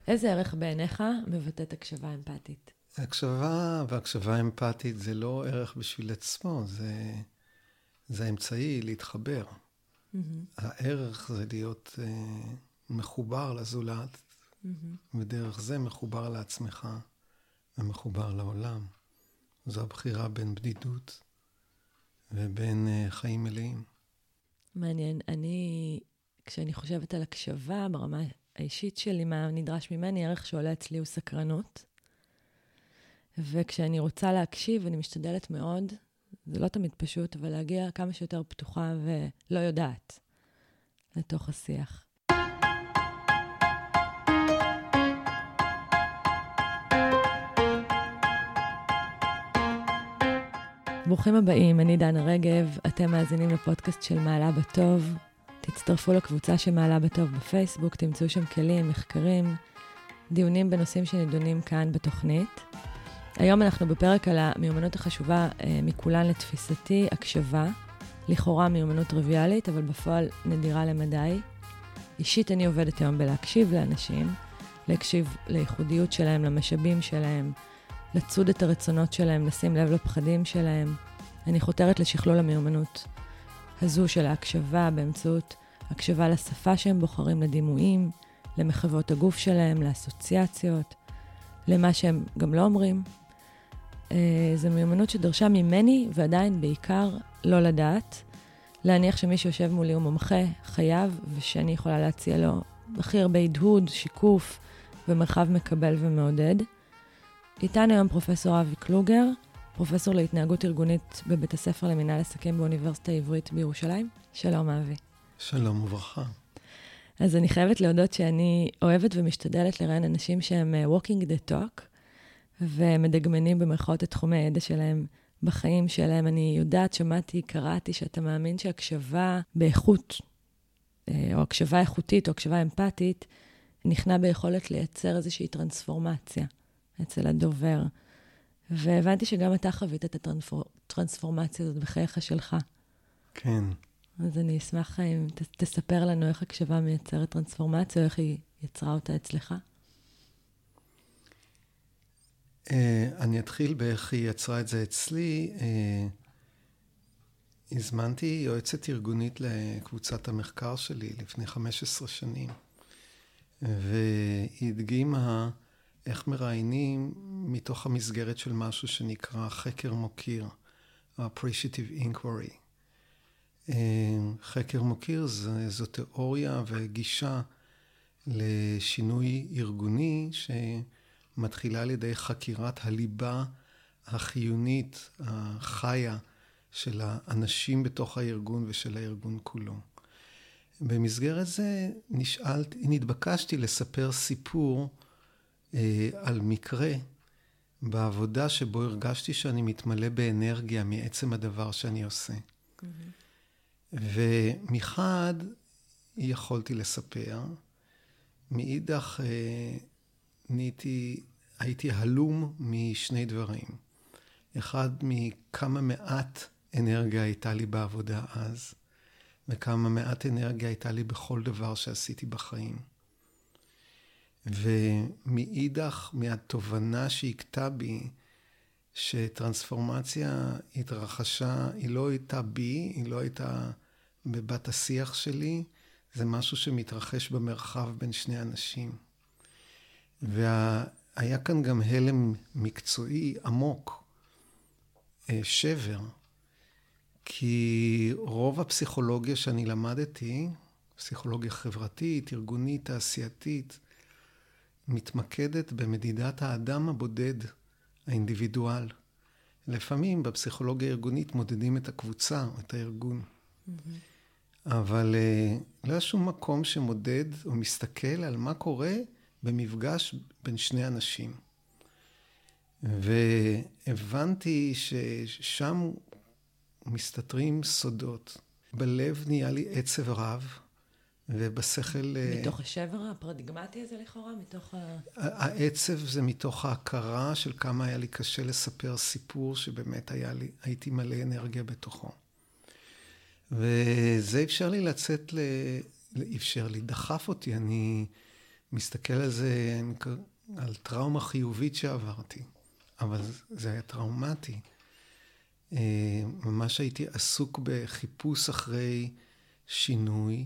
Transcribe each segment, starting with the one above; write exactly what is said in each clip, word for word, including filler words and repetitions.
איזה ערך בעיניך מבטאת הקשבה אמפתית? הקשבה והקשבה אמפתית זה לא ערך בשביל עצמו, זה, זה אמצעי להתחבר. Mm-hmm. הערך זה להיות uh, מחובר לזולת, mm-hmm. ודרך זה מחובר לעצמך ומחובר לעולם. זו הבחירה בין בדידות ובין uh, חיים מלאים. מעניין. אני, כשאני חושבת על הקשבה ברמה האישית שלי, מה נדרש ממני, ערך שעולה אצלי הוא סקרנות. וכשאני רוצה להקשיב, אני משתדלת מאוד, זה לא תמיד פשוט, אבל להגיע כמה שיותר פתוחה ולא יודעת לתוך השיח. ברוכים הבאים, אני דנה רגב, אתם מאזינים לפודקאסט של מעלה בטוב. תצטרפו לקבוצה של מעלה בטוב בפייסבוק, תמצאו שם כלים, מחקרים, דיונים בנושאים שנדונים כאן בתוכנית. היום אנחנו בפרק על המיומנות החשובה אה, מכולן לתפיסתי, הקשבה, לכאורה מיומנות טריוויאלית, אבל בפועל נדירה למדי. אישית אני עובדת היום בלהקשיב לאנשים, להקשיב לייחודיות שלהם, למשאבים שלהם, לצוד את הרצונות שלהם, לשים לב לפחדים שלהם. אני חותרת לשכלול המיומנות הזו של ההקשבה באמצעות הקשבה לשפה שהם בוחרים, לדימויים, למחוות הגוף שלהם, לאסוציאציות, למה שהם גם לא אומרים. זו מיומנות שדרשה ממני, ועדיין בעיקר לא לדעת, להניח שמי שיושב מולי הוא מומחה, חייב, ושאני יכולה להציע לו הכי הרבה הדהוד, שיקוף ומרחב מקבל ומעודד. איתנו היום פרופסור אבי קלוגר, פרופסור להתנהגות ארגונית בבית הספר למינהל עסקים באוניברסיטה העברית בירושלים. שלום אבי. שלום וברכה. אז אני חייבת להודות שאני אוהבת ומשתדלת לראיין אנשים שהם walking the talk, ומדגמנים במרכאות את תחומי הידע שלהם בחיים שלהם. אני יודעת, שמעתי, קראתי שאתה מאמין שהקשבה באיכות, או הקשבה איכותית, או הקשבה אמפתית, נכנע ביכולת לייצר איזושהי טרנספורמציה אצל הדובר. והבנתי שגם אתה חווית את הטרנספורמציה הזאת בחייך שלך. כן. אז אני אשמח אם תספר לנו איך הקשבה מייצרת טרנספורמציה, או איך היא יצרה אותה אצלך. Uh, אני אתחיל באיך היא יצרה את זה אצלי. Uh, הזמנתי יועצת ארגונית לקבוצת המחקר שלי לפני חמש עשרה שנים, והיא הדגימה איך מראיינים מתוך המסגרת של משהו שנקרא חקר מוקיר, appreciative inquiry. Uh, חקר מוקיר זו, זו תיאוריה וגישה לשינוי ארגוני ש... מתחילה על ידי חקירת הליבה החיונית, החיה, של האנשים בתוך הארגון ושל הארגון כולו. במסגרת זה נשאלתי, נתבקשתי לספר סיפור אה, על מקרה בעבודה שבו הרגשתי שאני מתמלא באנרגיה מעצם הדבר שאני עושה. Mm-hmm. ומחד יכולתי לספר, מאידך אה, נהייתי, הייתי הלום משני דברים. אחד, מכמה מעט אנרגיה הייתה לי בעבודה אז, וכמה מעט אנרגיה הייתה לי בכל דבר שעשיתי בחיים. ומאידך, מהתובנה שהכתה בי, שטרנספורמציה התרחשה, היא לא הייתה בי, היא לא הייתה בבת השיח שלי, זה משהו שמתרחש במרחב בין שני אנשים. והיה כאן גם הלם מקצועי עמוק, שבר, כי רוב הפסיכולוגיה שאני למדתי, פסיכולוגיה חברתית, ארגונית, תעשייתית, מתמקדת במדידת האדם הבודד, האינדיבידואל. לפעמים בפסיכולוגיה הארגונית מודדים את הקבוצה, את הארגון. Mm-hmm. אבל לא היה שום מקום שמודד או מסתכל על מה קורה במפגש בין שני אנשים. והבנתי ששם מסתתרים סודות. בלב נהיה לי עצב רב, ובשכל... מתוך השבר הפרדיגמטי הזה לכאורה? מתוך ה... העצב זה מתוך ההכרה של כמה היה לי קשה לספר סיפור שבאמת היה לי, הייתי מלא אנרגיה בתוכו. וזה אפשר לי לצאת, ל... אפשר לי, דחף אותי. אני מסתכל על זה, על טראומה חיובית שעברתי, אבל זה היה טראומטי. ממש הייתי עסוק בחיפוש אחרי שינוי,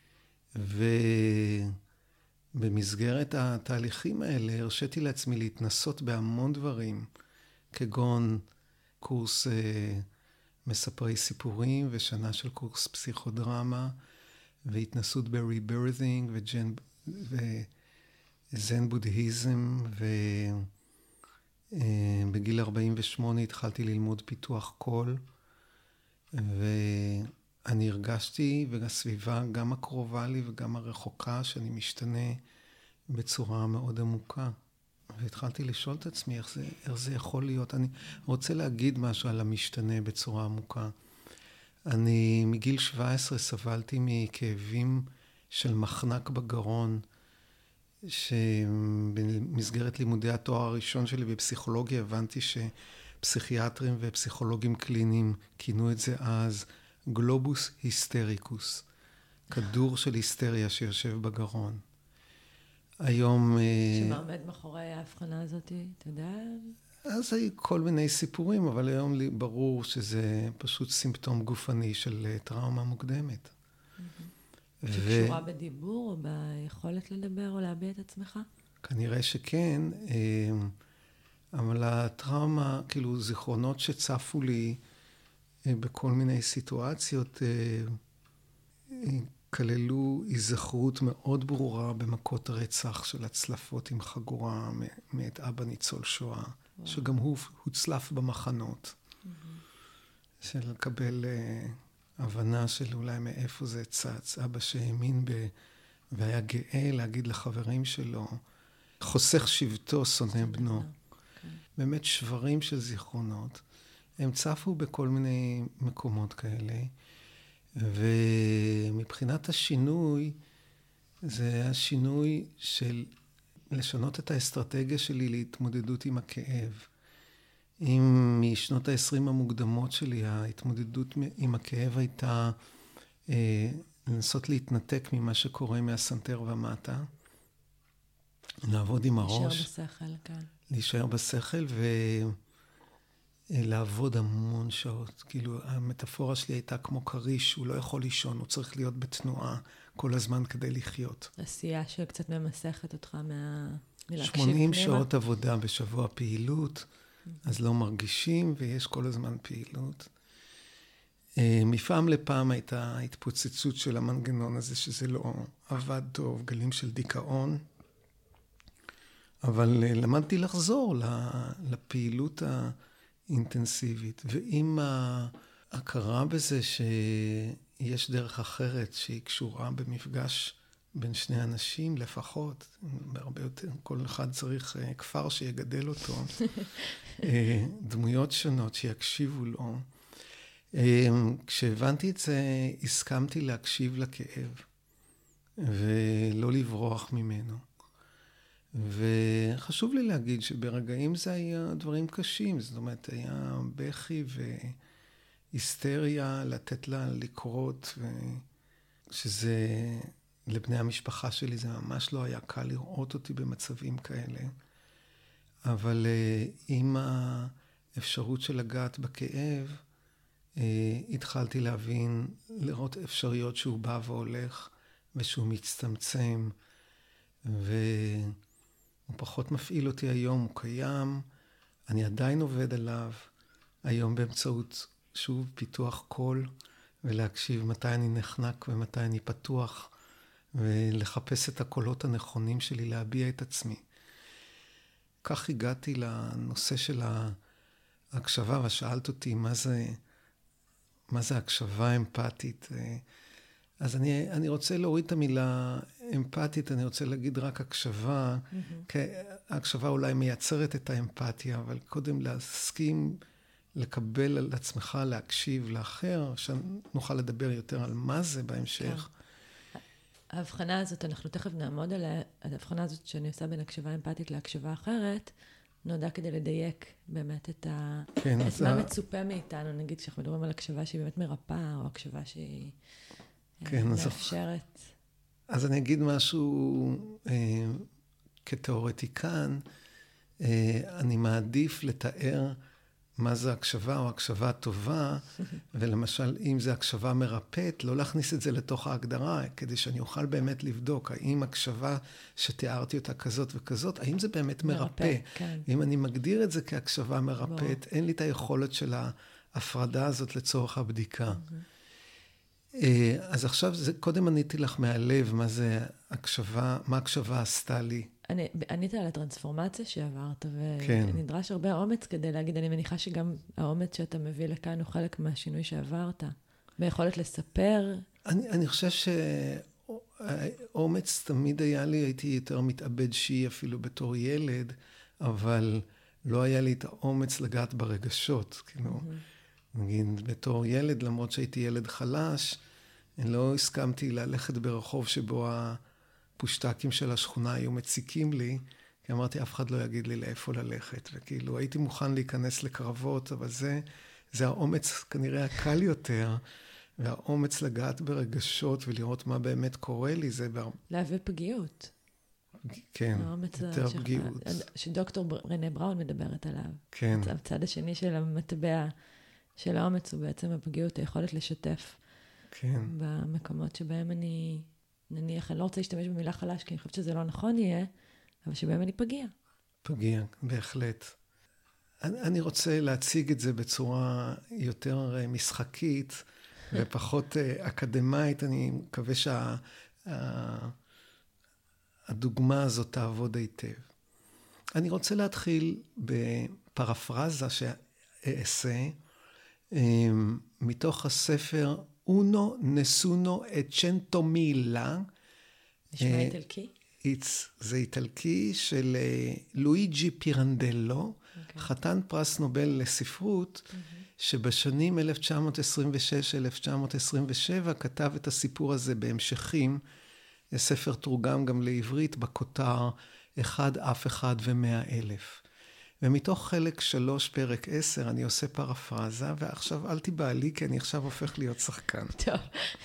ובמסגרת התהליכים האלה הרשיתי לעצמי להתנסות בהמון דברים, כגון קורס מספרי סיפורים ושנה של קורס פסיכודרמה, והתנסות בריברת'ינג וזן בודהיזם, ובגיל ארבעים ושמונה התחלתי ללמוד פיתוח קול, ואני הרגשתי, והסביבה גם הקרובה לי וגם הרחוקה, שאני משתנה בצורה מאוד עמוקה. והתחלתי לשאול את עצמי איך זה, איך זה יכול להיות. אני רוצה להגיד משהו על המשתנה בצורה עמוקה. אני מגיל שבע עשרה סבלתי מכאבים של מחנק בגרון, שבמסגרת לימודי התואר הראשון שלי בפסיכולוגיה הבנתי שפסיכיאטרים ופסיכולוגים קליניים כינו את זה אז גלובוס היסטריקוס, כדור של היסטריה שיושב בגרון. היום... שמה עומד מאחורי ההבחנה הזאת, אתה יודע? אז היו כל מיני סיפורים, אבל היום לי ברור שזה פשוט סימפטום גופני של טראומה מוקדמת. שקשורה בדיבור או ביכולת לדבר או להביע את עצמך? כנראה שכן, אבל הטראומה, כאילו זיכרונות שצפו לי בכל מיני סיטואציות, כללו היזכרות מאוד ברורה במכות רצח של הצלפות עם חגורה מאת אבא ניצול שואה, וואו. שגם הוא הוצלף במחנות. Mm-hmm. של לקבל uh, הבנה של אולי מאיפה זה צץ. אבא שהאמין ב... והיה גאה להגיד לחברים שלו, חוסך שבטו, שונא בנו. Okay. באמת שברים של זיכרונות. הם צפו בכל מיני מקומות כאלה. ומבחינת השינוי, זה היה שינוי של לשנות את האסטרטגיה שלי להתמודדות עם הכאב. אם משנות ה-עשרים המוקדמות שלי, ההתמודדות עם הכאב הייתה אה, לנסות להתנתק ממה שקורה מהסנטר ומטה, לעבוד עם הראש. להישאר בשכל, כן. להישאר בשכל ו... לעבוד המון שעות. כאילו, המטאפורה שלי הייתה כמו קריש, הוא לא יכול לישון, הוא צריך להיות בתנועה כל הזמן כדי לחיות. עשייה שקצת ממסכת אותך מה... מלהקשיב שמונים שעות עבודה בשבוע פעילות, אז לא מרגישים, ויש כל הזמן פעילות. מפעם לפעם הייתה התפוצצות של המנגנון הזה, שזה לא עבד טוב, גלים של דיכאון. אבל למדתי לחזור לפעילות ה... אינטנסיבית, ועם ההכרה בזה שיש דרך אחרת שהיא קשורה במפגש בין שני אנשים לפחות, בהרבה יותר, כל אחד צריך כפר שיגדל אותו, דמויות שונות שיקשיבו לו. כשהבנתי את זה, הסכמתי להקשיב לכאב, ולא לברוח ממנו. וחשוב לי להגיד שברגעים זה היה דברים קשים, זאת אומרת, היה בכי והיסטריה לתת לה לקרות, ושזה, לבני המשפחה שלי זה ממש לא היה קל לראות אותי במצבים כאלה. אבל עם האפשרות של לגעת בכאב, התחלתי להבין, לראות אפשריות שהוא בא והולך, ושהוא מצטמצם, ו... הוא פחות מפעיל אותי היום, הוא קיים, אני עדיין עובד עליו, היום באמצעות, שוב, פיתוח קול, ולהקשיב מתי אני נחנק ומתי אני פתוח, ולחפש את הקולות הנכונים שלי, להביע את עצמי. כך הגעתי לנושא של ההקשבה, ושאלת אותי מה זה, מה זה הקשבה אמפתית. אז אני, אני רוצה להוריד את המילה אמפתית, אני רוצה להגיד רק הקשבה, mm-hmm. כי ההקשבה אולי מייצרת את האמפתיה, אבל קודם להסכים, לקבל על עצמך, להקשיב לאחר, שנוכל לדבר יותר על מה זה בהמשך. כן. ההבחנה הזאת, אנחנו תכף נעמוד על ההבחנה הזאת שאני עושה בין הקשבה אמפתית להקשבה אחרת, נועדה כדי לדייק באמת את, ה... כן, את מה ה... מצופה מאיתנו, נגיד כשאנחנו מדברים על הקשבה שהיא באמת מרפאה, או הקשבה שהיא... כן, מאפשרת. אז אני אגיד משהו אה, כתיאורטיקן, אה, אני מעדיף לתאר מה זה הקשבה או הקשבה טובה, ולמשל, אם זה הקשבה מרפאת, לא להכניס את זה לתוך ההגדרה, כדי שאני אוכל באמת לבדוק, האם הקשבה שתיארתי אותה כזאת וכזאת, האם זה באמת מרפא. מרפא כן. אם אני מגדיר את זה כהקשבה מרפאת, בוא. אין לי את היכולת של ההפרדה הזאת לצורך הבדיקה. Mm-hmm. אז עכשיו, זה, קודם עניתי לך מהלב, מה זה הקשבה, מה הקשבה עשתה לי. אני, ענית על הטרנספורמציה שעברת, ונדרש כן. הרבה אומץ כדי להגיד, אני מניחה שגם האומץ שאתה מביא לכאן הוא חלק מהשינוי שעברת, ביכולת לספר. אני, אני חושב שאומץ תמיד היה לי, הייתי יותר מתאבד שיעי אפילו בתור ילד, אבל לא היה לי את האומץ לגעת ברגשות, כאילו, mm-hmm. נגיד, בתור ילד, למרות שהייתי ילד חלש, אני לא הסכמתי ללכת ברחוב שבו ה... פושטקים של השכונה היו מציקים לי, כי אמרתי, אף אחד לא יגיד לי לאיפה ללכת, וכאילו הייתי מוכן להיכנס לקרבות, אבל זה, זה האומץ כנראה הקל יותר, והאומץ לגעת ברגשות ולראות מה באמת קורה לי, זה... בר... להביא פגיעות. כן, יותר ש... פגיעות. שדוקטור רנה בראון מדברת עליו. כן. הצד השני של המטבע של האומץ הוא בעצם הפגיעות, היכולת לשתף. כן. במקומות שבהם אני... נניח, אני לא רוצה להשתמש במילה חלש, כי אני חושבת שזה לא נכון יהיה, אבל שבהם אני פגיע. פגיע, בהחלט. אני, אני רוצה להציג את זה בצורה יותר משחקית, ופחות אקדמית. אני מקווה שהדוגמה הזאת תעבוד היטב. אני רוצה להתחיל בפרפרזה שאעשה, מתוך הספר אונו נסונו את צ'נטומילה. נשמע איטלקי? זה איטלקי של לואיג'י פירנדלו, okay. חתן פרס נובל לספרות, mm-hmm. שבשנים אלף תשע מאות עשרים ושש אלף תשע מאות עשרים ושבע כתב את הסיפור הזה בהמשכים. ספר תורגם גם לעברית בכותר אחד אף אחד ומאה אלף. ומתוך חלק שלוש פרק עשר אני עושה פרפרזה, ועכשיו אל תיבעלי, כי אני עכשיו הופך להיות שחקן. טוב.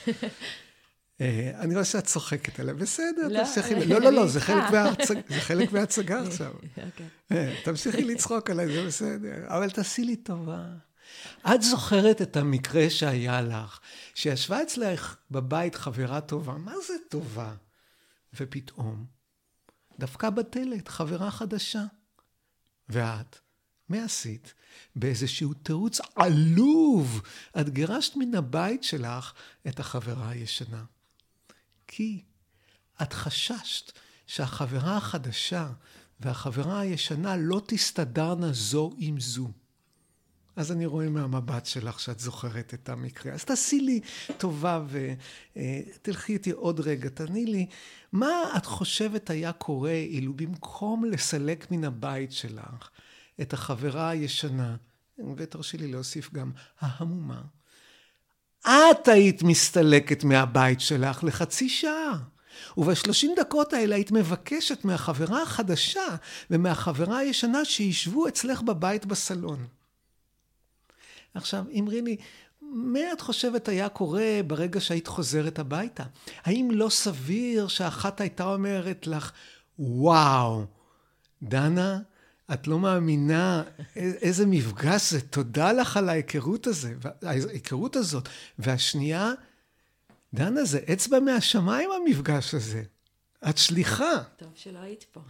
אני רואה שאת צוחקת עליה, בסדר, תמשיכי, לא, לא, לא, זה חלק מההצגה עכשיו. תמשיכי לצחוק עליי, זה בסדר, אבל תעשי לי טובה. את זוכרת את המקרה שהיה לך, שישבה אצלך בבית חברה טובה, מה זה טובה? ופתאום, דווקא בדלת, חברה חדשה. ואת, מה עשית? באיזשהו תירוץ עלוב, את גירשת מן הבית שלך את החברה הישנה. כי את חששת שהחברה החדשה והחברה הישנה לא תסתדרנה זו עם זו. אז אני רואה מהמבט שלך שאת זוכרת את המקרה. אז תעשי לי טובה ותלכי איתי עוד רגע. תעני לי, מה את חושבת היה קורה אילו במקום לסלק מן הבית שלך את החברה הישנה, ותרשי לי להוסיף גם ההמומה, את היית מסתלקת מהבית שלך לחצי שעה. ובשלושים דקות האלה היית מבקשת מהחברה החדשה ומהחברה הישנה שישבו אצלך בבית בסלון. עכשיו, אמרי לי, מה את חושבת היה קורה ברגע שהיית חוזרת הביתה? האם לא סביר שאחת הייתה אומרת לך, וואו, דנה, את לא מאמינה איזה מפגש זה, תודה לך על ההיכרות הזה, ההיכרות הזאת. והשנייה, דנה, זה אצבע מהשמיים המפגש הזה. את שליחה. טוב שלא היית פה.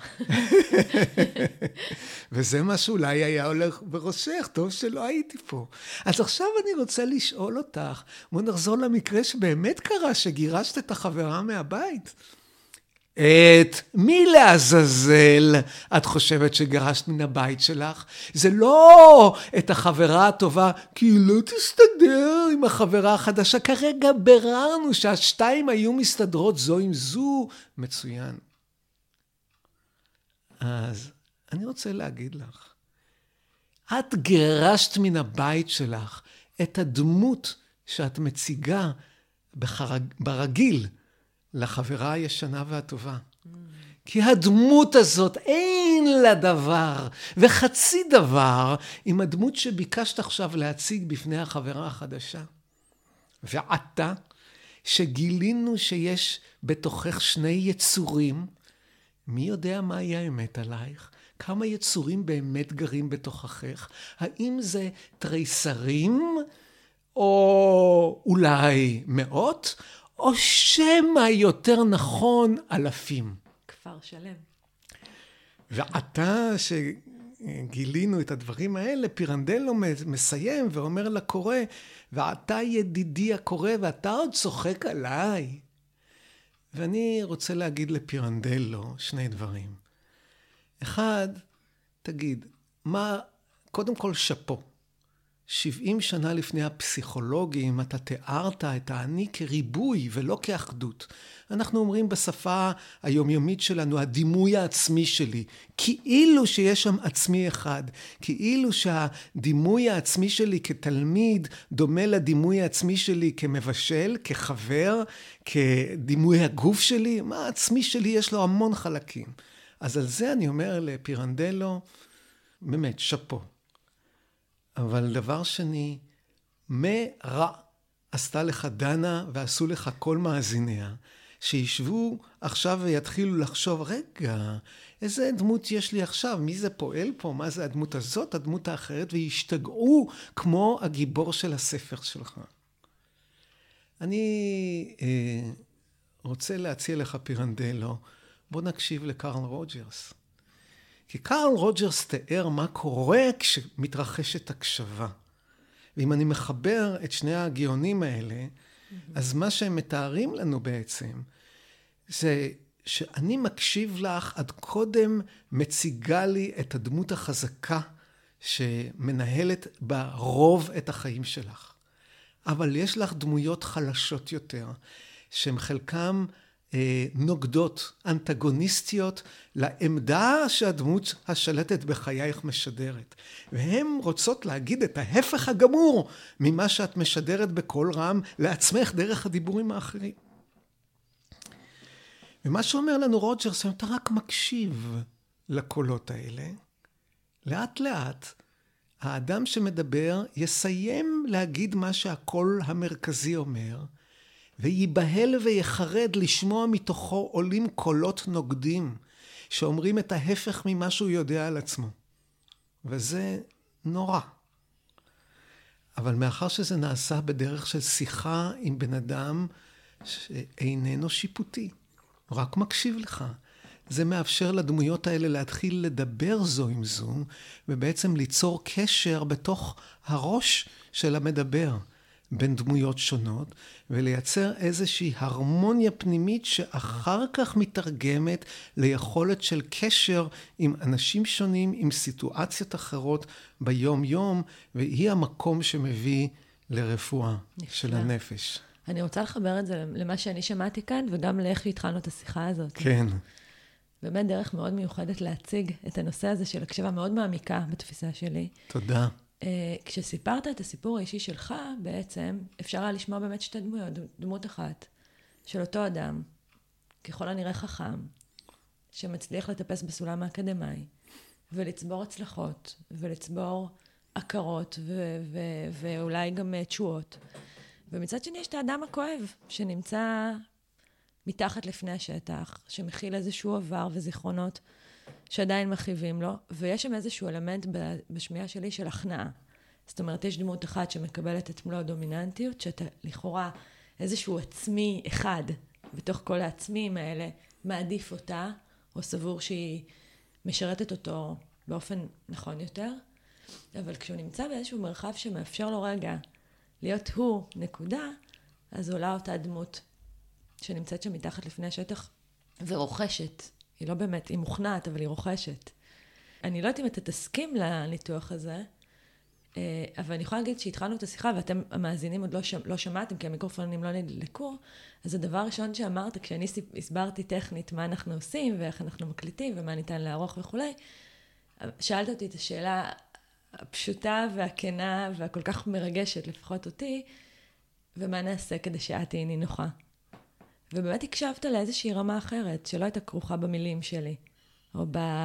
וזה מה שאולי היה הולך בראשך, טוב שלא הייתי פה. אז עכשיו אני רוצה לשאול אותך, בוא נחזור למקרה שבאמת קרה, שגירשת את החברה מהבית. את מי לעזאזל את חושבת שגירשת מן הבית שלך? זה לא את החברה הטובה, כי היא לא תסתדר עם החברה החדשה. כרגע בררנו שהשתיים היו מסתדרות זו עם זו. מצוין. אז אני רוצה להגיד לך, את גירשת מן הבית שלך את הדמות שאת מציגה בחרג, ברגיל, לחברה הישנה והטובה. Mm. כי הדמות הזאת אין לה דבר וחצי דבר עם הדמות שביקשת עכשיו להציג בפני החברה החדשה. ועתה שגילינו שיש בתוכך שני יצורים, מי יודע מהי האמת עלייך? כמה יצורים באמת גרים בתוכך? האם זה תריסרים, או אולי מאות, או שמא יותר נכון אלפים? כפר שלם. ועתה שגילינו את הדברים האלה, פירנדלו מסיים ואומר לקורא, ועתה ידידי הקורא, ואתה עוד צוחק עליי. ואני רוצה להגיד לפירנדלו שני דברים. אחד, תגיד, מה, קודם כל שפו. שבעים שנה לפני הפסיכולוגים, אתה תיארת את האני כריבוי ולא כאחדות. אנחנו אומרים בשפה היומיומית שלנו, הדימוי העצמי שלי, כאילו שיש שם עצמי אחד, כאילו שהדימוי העצמי שלי כתלמיד דומה לדימוי העצמי שלי כמבשל, כחבר, כדימוי הגוף שלי. מה העצמי שלי? יש לו המון חלקים. אז על זה אני אומר לפירנדלו, באמת, שפו. אבל דבר שני, מה רע עשתה לך דנה ועשו לך כל מאזיניה, שישבו עכשיו ויתחילו לחשוב, רגע, איזה דמות יש לי עכשיו? מי זה פועל פה? מה זה הדמות הזאת? הדמות האחרת? וישתגעו כמו הגיבור של הספר שלך. אני אה, רוצה להציע לך פירנדלו, בוא נקשיב לקרל רוג'רס. כי קרל רוג'רס תיאר מה קורה כשמתרחשת הקשבה. ואם אני מחבר את שני הגאונים האלה, mm-hmm. אז מה שהם מתארים לנו בעצם, זה שאני מקשיב לך, עד קודם מציגה לי את הדמות החזקה, שמנהלת ברוב את החיים שלך. אבל יש לך דמויות חלשות יותר, שהן חלקם נוגדות, אנטגוניסטיות, לעמדה שהדמות השלטת בחייך משדרת. והן רוצות להגיד את ההפך הגמור ממה שאת משדרת בכל רם לעצמך דרך הדיבורים האחרים. ומה שאומר לנו רוג'רס, אתה רק מקשיב לקולות האלה, לאט לאט האדם שמדבר יסיים להגיד מה שהקול המרכזי אומר, ויבהל ויחרד לשמוע מתוכו עולים קולות נוגדים, שאומרים את ההפך ממה שהוא יודע על עצמו. וזה נורא. אבל מאחר שזה נעשה בדרך של שיחה עם בן אדם שאיננו שיפוטי, רק מקשיב לך, זה מאפשר לדמויות האלה להתחיל לדבר זו עם זו, ובעצם ליצור קשר בתוך הראש של המדבר. בין דמויות שונות, ולייצר איזושהי הרמוניה פנימית שאחר כך מתרגמת ליכולת של קשר עם אנשים שונים, עם סיטואציות אחרות ביום יום, והיא המקום שמביא לרפואה נפלא. של הנפש. אני רוצה לחבר את זה למה שאני שמעתי כאן, וגם לאיך שהתחלנו את השיחה הזאת. כן. באמת דרך מאוד מיוחדת להציג את הנושא הזה של הקשבה מאוד מעמיקה בתפיסה שלי. תודה. כשסיפרת את הסיפור האישי שלך, בעצם אפשר היה לשמוע באמת שתי דמויות, דמות אחת של אותו אדם, ככל הנראה חכם, שמצליח לטפס בסולם האקדמי, ולצבור הצלחות, ולצבור הכרות, ו- ו- ואולי גם תשואות. ומצד שני יש את האדם הכואב, שנמצא מתחת לפני השטח, שמכיל איזשהו עבר וזיכרונות, שעדיין מכאיבים לו, ויש שם איזשהו אלמנט בשמיעה שלי של הכנעה. זאת אומרת, יש דמות אחת שמקבלת את מלוא הדומיננטיות, שאתה לכאורה איזשהו עצמי אחד, בתוך כל העצמים האלה, מעדיף אותה, או סבור שהיא משרתת אותו באופן נכון יותר, אבל כשהוא נמצא באיזשהו מרחב שמאפשר לו רגע להיות הוא נקודה, אז עולה אותה דמות שנמצאת שם מתחת לפני השטח ורוכשת. היא לא באמת, היא מוכנעת, אבל היא רוכשת. אני לא יודעת אם אתה תסכים לניתוח הזה, אבל אני יכולה להגיד שהתחלנו את השיחה, ואתם המאזינים עוד לא, שמ, לא שמעתם, כי המיקרופונים לא נדלקו, אז הדבר הראשון שאמרת, כשאני הסברתי טכנית מה אנחנו עושים, ואיך אנחנו מקליטים, ומה ניתן לערוך וכו', שאלת אותי את השאלה הפשוטה והכנה, והכל כך מרגשת, לפחות אותי, ומה נעשה כדי שאת תהיי נינוחה. ובאמת הקשבת לאיזושהי רמה אחרת, שלא הייתה כרוכה במילים שלי, או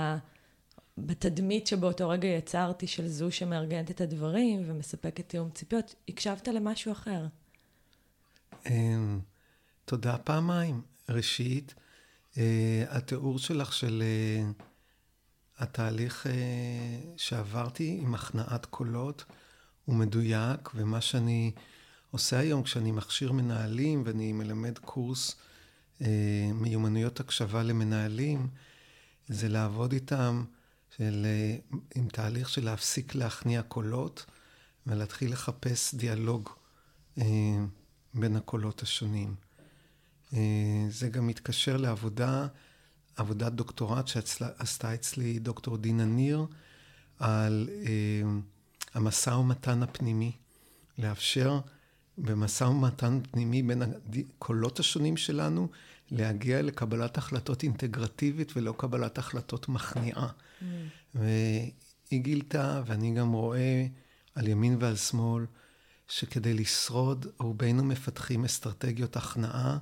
בתדמית שבאותו רגע יצרתי של זו שמארגנת את הדברים ומספקת תיאום ציפיות, הקשבת למשהו אחר. תודה פעמיים. ראשית, uh, התיאור שלך של uh, התהליך uh, שעברתי עם הכנעת קולות הוא מדויק, ומה שאני עושה היום כשאני מכשיר מנהלים ואני מלמד קורס uh, מיומנויות הקשבה למנהלים, זה לעבוד איתם של, uh, עם תהליך של להפסיק להכניע קולות ולהתחיל לחפש דיאלוג uh, בין הקולות השונים. Uh, זה גם מתקשר לעבודה, עבודת דוקטורט שעשתה אצלי דוקטור דינה ניר, על uh, המשא ומתן הפנימי, לאפשר במשא ומתן פנימי בין הקולות השונים שלנו, להגיע לקבלת החלטות אינטגרטיבית ולא קבלת החלטות מכניעה. Mm. והיא גילתה, ואני גם רואה על ימין ועל שמאל, שכדי לשרוד, רובנו מפתחים אסטרטגיות הכנעה,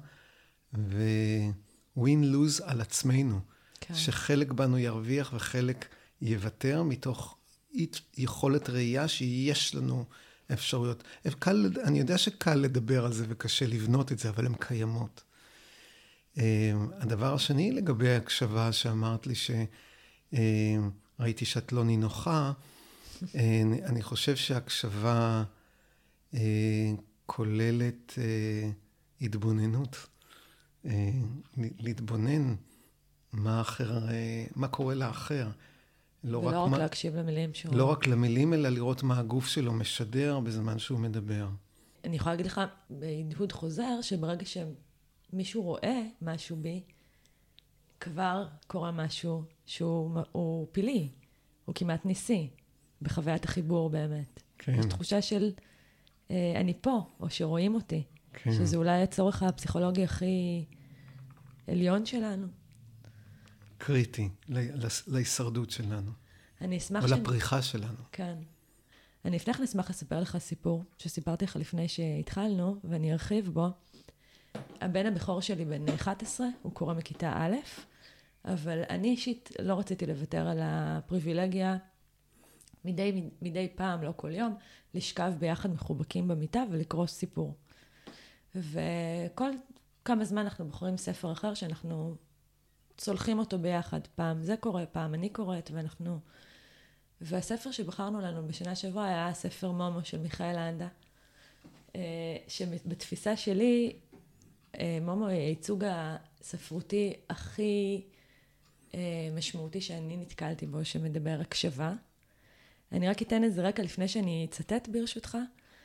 ו-win-lose על עצמנו. כן. שחלק בנו ירוויח וחלק יוותר, מתוך יכולת ראייה שיש לנו אפשרויות. קל, אני יודע שקל לדבר על זה וקשה לבנות את זה, אבל הן קיימות. הדבר השני לגבי ההקשבה שאמרת לי שראיתי שאת לא נינוחה, אני חושב שההקשבה כוללת התבוננות. להתבונן מה אחר, מה קורה לאחר. לא ולא רק, רק מה, להקשיב למילים שהוא... לא רק למילים, אלא לראות מה הגוף שלו משדר בזמן שהוא מדבר. אני יכולה להגיד לך בהדהוד חוזר, שברגע שמישהו רואה משהו בי, כבר קורה משהו שהוא פילי, הוא כמעט ניסי, בחוויית החיבור באמת. כן. יש תחושה של אה, אני פה, או שרואים אותי. כן. שזה אולי הצורך הפסיכולוגי הכי עליון שלנו. קריטי, להישרדות שלנו. אני אשמח... או לפריחה שלנו. כן. אני לפני כן אשמח לספר לך סיפור, שסיפרתי לך לפני שהתחלנו, ואני ארחיב בו. הבן הבכור שלי בן אחת עשרה, הוא קורא מכיתה א', אבל אני אישית לא רציתי לוותר על הפריבילגיה, מדי, מדי פעם, לא כל יום, לשכב ביחד מחובקים במיטה ולקרוא סיפור. וכל כמה זמן אנחנו בוחרים ספר אחר שאנחנו צולחים אותו ביחד. פעם זה קורה, פעם אני קוראת, ואנחנו... והספר שבחרנו לנו בשנה שבוע היה הספר מומו של מיכאל לנדה, שבתפיסה שלי, מומו היא הייצוג הספרותי הכי משמעותי שאני נתקלתי בו, שמדבר הקשבה. אני רק אתן איזה רקע לפני שאני אצטט ברשותך.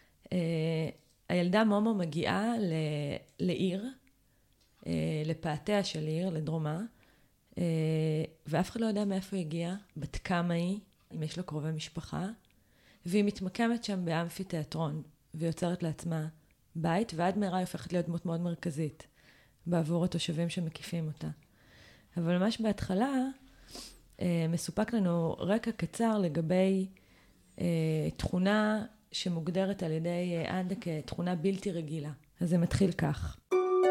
הילדה מומו מגיעה לעיר, לפאתיה של עיר, לדרומה, ואף אחד לא יודע מאיפה היא הגיעה, בת כמה היא, אם יש לה קרובי משפחה, והיא מתמקמת שם באמפיתיאטרון, ויוצרת לעצמה בית, ועד מהרה היא הופכת להיות דמות מאוד מרכזית, בעבור התושבים שמקיפים אותה. אבל ממש בהתחלה, מסופק לנו רקע קצר לגבי תכונה שמוגדרת על ידי אנדה כתכונה בלתי רגילה. אז זה מתחיל כך.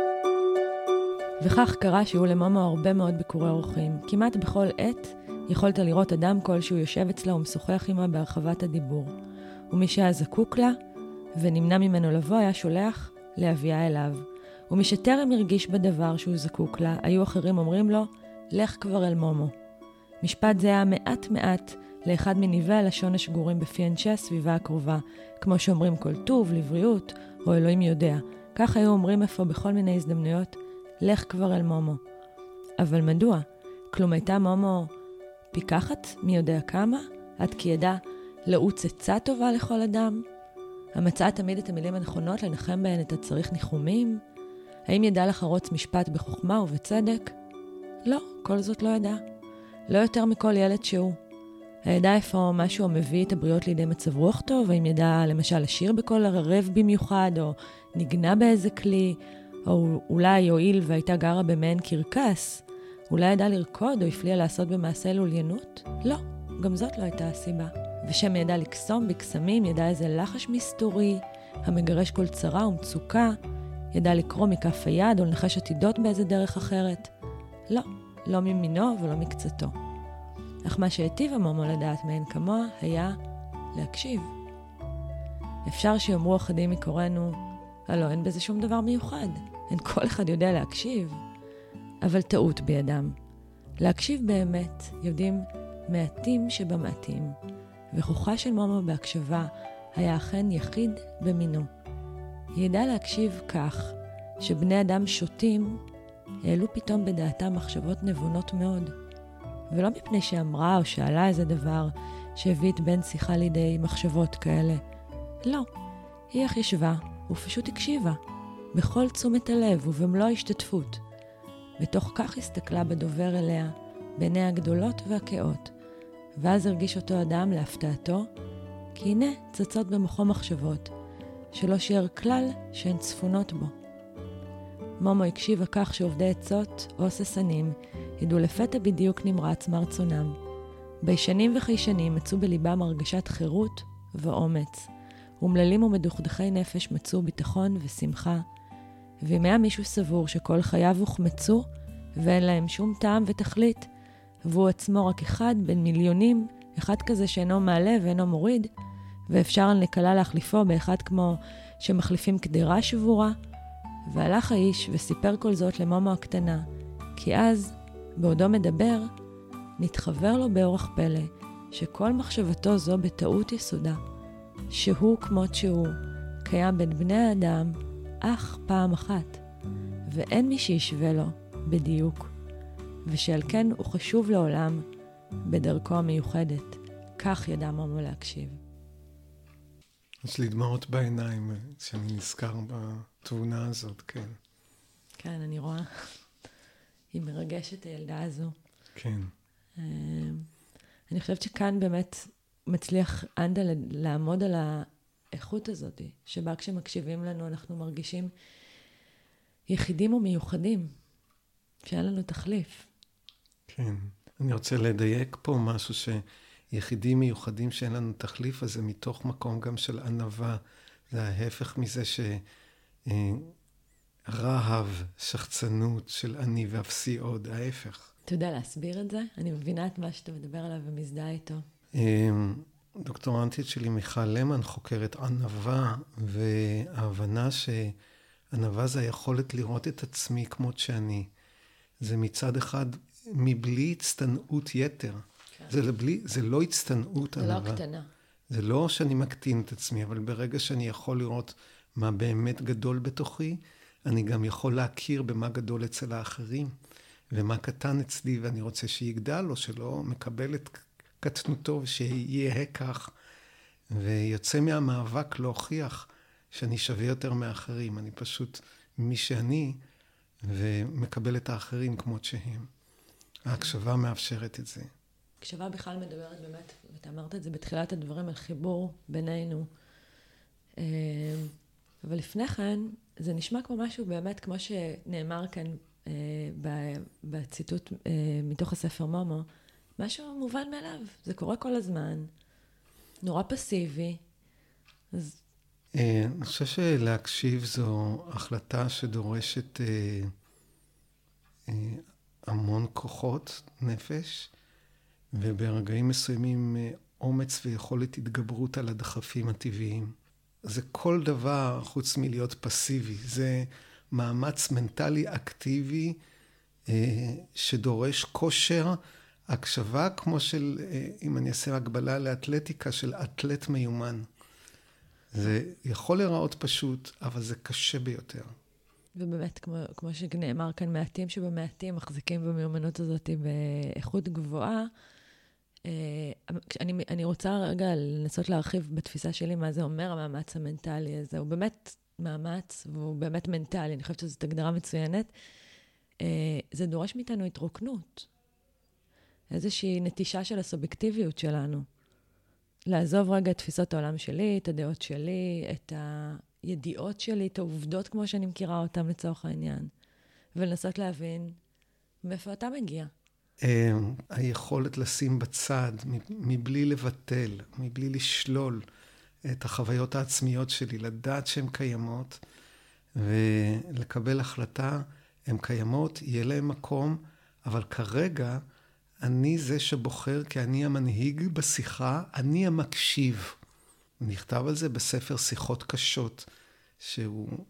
וכך קרה שהיו למומו הרבה מאוד ביקורי אורחים. כמעט בכל עת יכולת לראות אדם כלשהו יושב אצלה ומשוחח עמה בהרחבת הדיבור. ומי שהיה זקוק לה ונמנע ממנו לבוא היה שולח להביאה אליו. ומי שטרם הרגיש בדבר שהוא זקוק לה, היו אחרים אומרים לו, לך כבר אל מומו. משפט זה היה מעט מעט לאחד מניבי הלשון השגורים בפי אנשי הסביבה הקרובה, כמו שאומרים כל טוב, לבריאות, או אלוהים יודע. כך היו אומרים איפה בכל מיני הזדמנויות, לך כבר אל מומו. אבל מדוע? כלום הייתה מומו פיקחת, מי יודע כמה, עד כי ידע לעוץ עצה טובה לכל אדם? המצאה תמיד את המילים הנכונות לנחם בהן את הצריך ניחומים? האם ידע לחרוץ משפט בחוכמה ובצדק? לא, כל זאת לא ידע. לא יותר מכל ילד שהוא. הידע איפה משהו מביא את הבריות לידי מצב רוח טוב, האם ידע למשל לשיר בקול ערב במיוחד, או נגנה באיזה כלי, או אולי יועיל והייתה גרה במעין קרקס, אולי ידע לרקוד או הפליאה לעשות במעשה לוליינות? לא, גם זאת לא הייתה הסיבה. ושם ידע לקסום בקסמים, ידע איזה לחש מסתורי, המגרש כל צרה ומצוקה, ידע לקרוא מכף היד או לנחש עתידות באיזה דרך אחרת. לא, לא ממינו ולא מקצתו. אך מה שהיטיב המומו לדעת מעין כמוה היה להקשיב. אפשר שיאמרו אחדים מקוראנו, הלא אין בזה שום דבר מיוחד. אין כל אחד יודע להקשיב, אבל טעות בידם. להקשיב באמת יודעים מעטים שבמעטים, וכוחה של מומו בהקשבה היה אכן יחיד במינו. היא ידעה להקשיב כך שבני אדם שוטים העלו פתאום בדעתם מחשבות נבונות מאוד, ולא מפני שאמרה או שאלה איזה דבר שהביא את בן שיחה לידי מחשבות כאלה. לא, היא אך ישבה ופשוט הקשיבה, בכל תשומת הלב ובמלוא ההשתתפות. בתוך כך הסתכלה בדובר אליה, בעיני הגדולות והכאות, ואז הרגיש אותו אדם להפתעתו, כי הנה צצות במוחו מחשבות, שלא שיער כלל שהן צפונות בו. מומו הקשיבה כך שעובדי עצות או ססנים ידעו לפתע בדיוק נמרץ מרצונם. בישנים וחיישנים מצאו בליבם הרגשת חירות ואומץ, ומללים ומדוכדכי נפש מצאו ביטחון ושמחה, ואם היה מישהו סבור שכל חייו הוחמצו ואין להם שום טעם ותכלית, והוא עצמו רק אחד בין מיליונים, אחד כזה שאינו מעלה ואינו מוריד, ואפשר על נקלה להחליפו באחד כמו שמחליפים קדירה שבורה, והלך האיש וסיפר כל זאת למומו הקטנה, כי אז, בעודו מדבר, נתחבר לו באורח פלא, שכל מחשבתו זו בטעות יסודה, שהוא כמות שהוא, קיים בין בני האדם, אך פעם אחת, ואין מי שישווה לו בדיוק, ושעל כן הוא חשוב לעולם בדרכו המיוחדת. כך ידע מומו להקשיב. יש לי דמעות בעיניים שאני נזכר בתאונה הזאת, כן. כן, אני רואה. היא מרגשת הילדה הזו. כן. אני חושבת שכאן באמת מצליח אנדה לעמוד על האיכות הזאת, שבה כשמקשיבים לנו אנחנו מרגישים יחידים ומיוחדים, שאין לנו תחליף. כן. אני רוצה לדייק פה משהו שיחידים מיוחדים שאין לנו תחליף, אז זה מתוך מקום גם של ענווה. זה ההפך מזה שרהב, שחצנות של אני ואפסי עוד, ההפך. אתה יודע להסביר את זה? אני מבינה את מה שאתה מדבר עליו ומזדהה איתו. דוקטורנטית שלי מיכל למן חוקרת ענווה, וההבנה שענווה זה היכולת לראות את עצמי כמות שאני. זה מצד אחד מבלי הצטנעות יתר. כן. זה, לבלי, זה לא הצטנעות ענווה. זה לא קטנה. זה לא שאני מקטין את עצמי, אבל ברגע שאני יכול לראות מה באמת גדול בתוכי, אני גם יכול להכיר במה גדול אצל האחרים, ומה קטן אצלי ואני רוצה שיגדל, או שלא מקבל את קטנותו ושיהיה כך, ויוצא מהמאבק להוכיח שאני שווה יותר מאחרים. אני פשוט מי שאני, ומקבל את האחרים כמות שהם. ההקשבה מאפשרת את זה. הקשבה בכלל מדברת באמת, ואתה אמרת את זה בתחילת הדברים, על חיבור בינינו. אבל לפני כן, זה נשמע כמו משהו באמת, כמו שנאמר כאן בציטוט מתוך הספר מומו, משהו מובן מאליו. זה קורה כל הזמן, נורא פסיבי. אז... אני חושב שלהקשיב זו החלטה שדורשת המון כוחות נפש, וברגעים מסוימים אומץ ויכולת התגברות על הדחפים הטבעיים. זה כל דבר חוץ מלהיות פסיבי. זה מאמץ מנטלי אקטיבי שדורש כושר הקשבה, כמו של, אם אני אעשה הגבלה לאתלטיקה, של אתלט מיומן. זה יכול להיראות פשוט, אבל זה קשה ביותר. ובאמת, כמו, כמו שנאמר כאן, מעטים שבמעטים מחזיקים במיומנות הזאת באיכות גבוהה. אני, אני רוצה רגע לנסות להרחיב בתפיסה שלי מה זה אומר המאמץ המנטלי הזה. הוא באמת מאמץ, והוא באמת מנטלי. אני חושבת שזאת הגדרה מצוינת. זה דורש מאיתנו התרוקנות. איזושהי נטישה של הסובייקטיביות שלנו. לעזוב רגע את תפיסות העולם שלי, את הדעות שלי, את הידיעות שלי, את העובדות כמו שאני מכירה אותם לצורך העניין. ולנסות להבין מאיפה אתה מגיע. היכולת לשים בצד, מבלי לבטל, מבלי לשלול את החוויות העצמיות שלי, לדעת שהן קיימות, ולקבל החלטה, הן קיימות, יהיה להן מקום, אבל כרגע אני זה שבוחר, כי אני המנהיג בשיחה, אני המקשיב. נכתב על זה בספר שיחות קשות, שהוא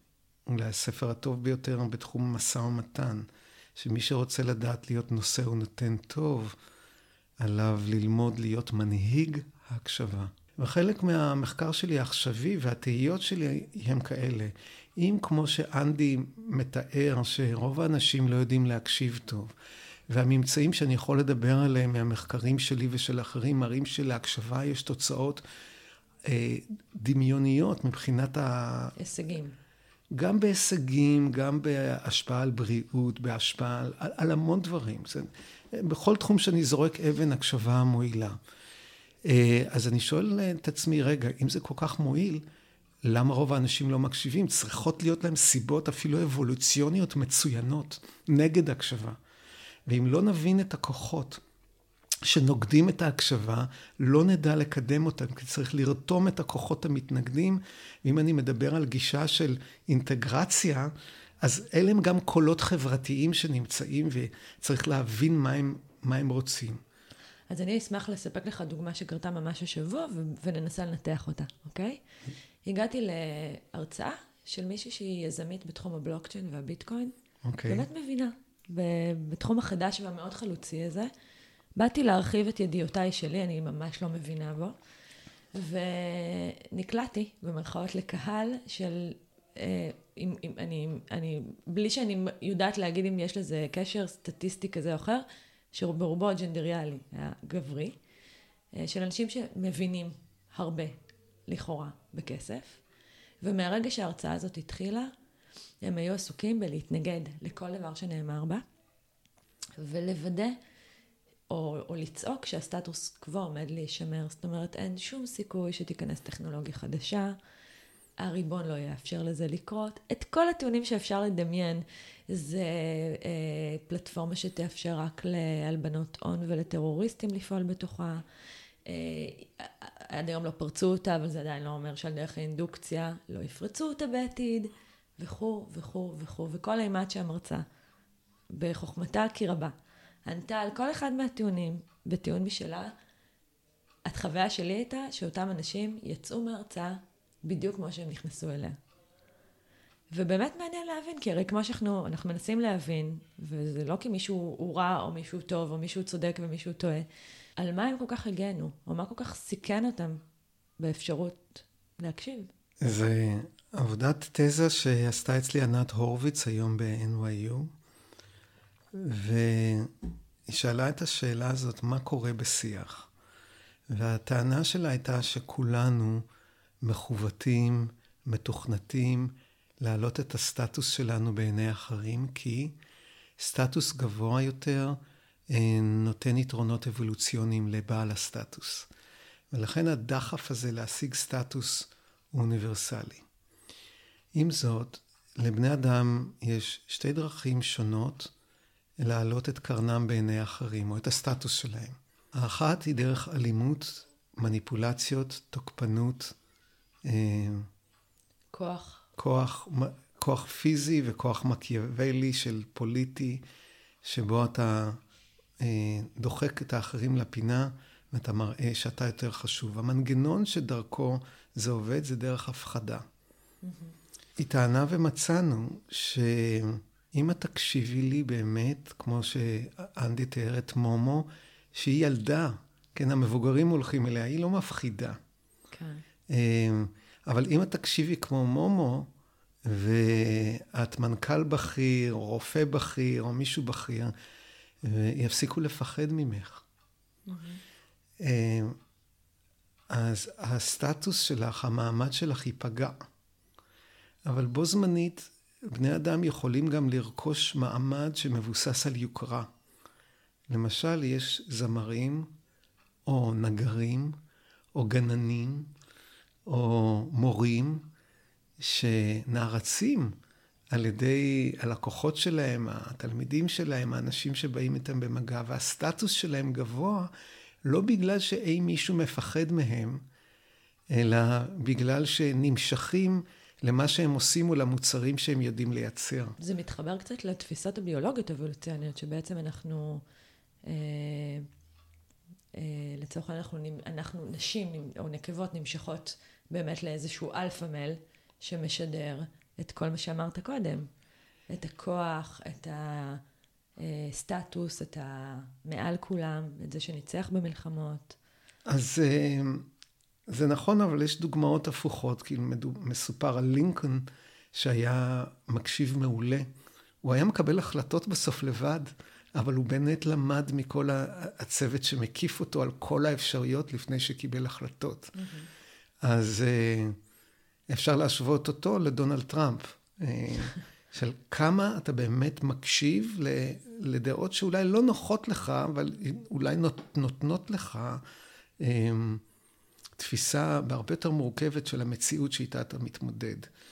אולי הספר הטוב ביותר בתחום משא ומתן, שמי שרוצה לדעת להיות נושא ונותן טוב, עליו ללמוד להיות מנהיג ההקשבה. וחלק מהמחקר שלי העכשווי והתהיות שלי הם כאלה. אם כמו שאנדי מתאר שרוב האנשים לא יודעים להקשיב טוב, והממצאים שאני יכול לדבר עליהם מהמחקרים שלי ושל אחרים מראים שלהקשבה יש תוצאות אה, דמיוניות מבחינת ה... הישגים. גם בהישגים, גם בהשפעה על בריאות, בהשפעה על, על המון דברים. זה, בכל תחום שאני זורק אבן, הקשבה מועילה. אז אני שואל את עצמי, רגע, אם זה כל כך מועיל, למה רוב האנשים לא מקשיבים? צריכות להיות להם סיבות אפילו אבולוציוניות מצוינות נגד הקשבה. ואם לא נבין את הכוחות שנוגדים את ההקשבה, לא נדע לקדם אותם, כי צריך לרתום את הכוחות המתנגדים. ואם אני מדבר על גישה של אינטגרציה, אז אלה הם גם קולות חברתיים שנמצאים, וצריך להבין מה הם, מה הם רוצים. אז אני אשמח לספק לך דוגמה שקרתה ממש השבוע, וננסה לנתח אותה, אוקיי? הגעתי להרצאה של מישהי שהיא יזמית בתחום הבלוקצ'יין והביטקוין. אוקיי. באמת מבינה, בתחום החדש והמאוד חלוצי הזה. באתי להרחיב את ידיעותיי שלי, אני ממש לא מבינה בו, ונקלעתי במרכאות לקהל של, אה, אם, אם, אני, אני, בלי שאני יודעת להגיד אם יש לזה קשר סטטיסטי כזה או אחר, שברובו הג'נדריאלי, היה גברי, אה, של אנשים שמבינים הרבה, לכאורה, בכסף, ומהרגע שההרצאה הזאת התחילה, הם היו עסוקים בלהתנגד לכל דבר שנאמר בה, ולוודא, או, או לצעוק שהסטטוס קוו עומד להישמר. זאת אומרת, אין שום סיכוי שתיכנס טכנולוגיה חדשה, הריבון לא יאפשר לזה לקרות. את כל הטיעונים שאפשר לדמיין, זה אה, פלטפורמה שתאפשר רק להלבנות הון ולטרוריסטים לפעול בתוכה. אה, עד היום לא פרצו אותה, אבל זה עדיין לא אומר שעל דרך האינדוקציה לא יפרצו אותה בעתיד, וכו' וכו' וכו'. וכל האימת שהמרצה, בחוכמתה כי רבה, ענתה על כל אחד מהטיעונים, בטיעון משלה. החוויה שלי הייתה שאותם אנשים יצאו מההרצאה בדיוק כמו שהם נכנסו אליה. ובאמת מעניין להבין, כי הרי כמו שאנחנו אנחנו מנסים להבין, וזה לא כי מישהו הוא רע או מישהו טוב או מישהו צודק ומישהו טועה, על מה הם כל כך הגנו, או מה כל כך סיכן אותם באפשרות להקשיב. זה עבודת תזה שעשתה אצלי ענת הורוביץ היום ב-אן וואי יו, והיא שאלה את השאלה הזאת, מה קורה בשיח? והטענה שלה הייתה שכולנו מחוותים, מתוכנתים, להעלות את הסטטוס שלנו בעיני אחרים, כי סטטוס גבוה יותר נותן יתרונות אבולוציוניים לבעל הסטטוס. ולכן הדחף הזה להשיג סטטוס הוא אוניברסלי. עם זאת, לבני אדם יש שתי דרכים שונות להעלות את קרנם בעיני אחרים, או את הסטטוס שלהם. האחת היא דרך אלימות, מניפולציות, תוקפנות, כוח. כוח, כוח פיזי וכוח מקיאוולי של פוליטי, שבו אתה דוחק את האחרים לפינה, ואתה מראה שאתה יותר חשוב. המנגנון שדרכו זה עובד, זה דרך הפחדה. Mm-hmm. היא טענה ומצאנו שאם את תקשיבי לי באמת, כמו שאנדי תיאר את מומו, שהיא ילדה, כן, המבוגרים הולכים אליה, היא לא מפחידה. כן. אבל אם את תקשיבי כמו מומו, ואת מנכ"ל בכיר, או רופא בכיר, או מישהו בכיר, יפסיקו לפחד ממך. Mm-hmm. אז הסטטוס שלך, המעמד שלך ייפגע. אבל בו זמנית, בני אדם יכולים גם לרכוש מעמד שמבוסס על יוקרה. למשל, יש זמרים, או נגרים, או גננים, או מורים, שנערצים על ידי הלקוחות שלהם, התלמידים שלהם, האנשים שבאים איתם במגע, והסטטוס שלהם גבוה, לא בגלל שאי מישהו מפחד מהם, אלא בגלל שנמשכים למה שהם עושים ולמוצרים שהם יודעים לייצר. זה מתחבר קצת לתפיסות הביולוגיות אבולוציוניות, שבעצם אנחנו, אה, אה, לצורך אנחנו, אנחנו נשים או נקבות נמשכות באמת לאיזשהו אלפא מייל, שמשדר את כל מה שאמרת קודם. את הכוח, את הסטטוס, את המעל כולם, את זה שניצח במלחמות. אז זה נכון, אבל יש דוגמאות הפוכות, כי מסופר על לינקולן שהיה מקשיב מעולה. הוא היה מקבל החלטות בסוף לבד, אבל הוא באמת למד מכל הצוות שמקיף אותו על כל האפשרויות לפני שקיבל החלטות. Mm-hmm. אז אפשר להשוות אותו לדונלד טראמפ, של כמה אתה באמת מקשיב לדעות שאולי לא נוחות לך, אבל אולי נותנות לך תפיסה בהרבה יותר מורכבת של המציאות שאיתה אתה מתמודד.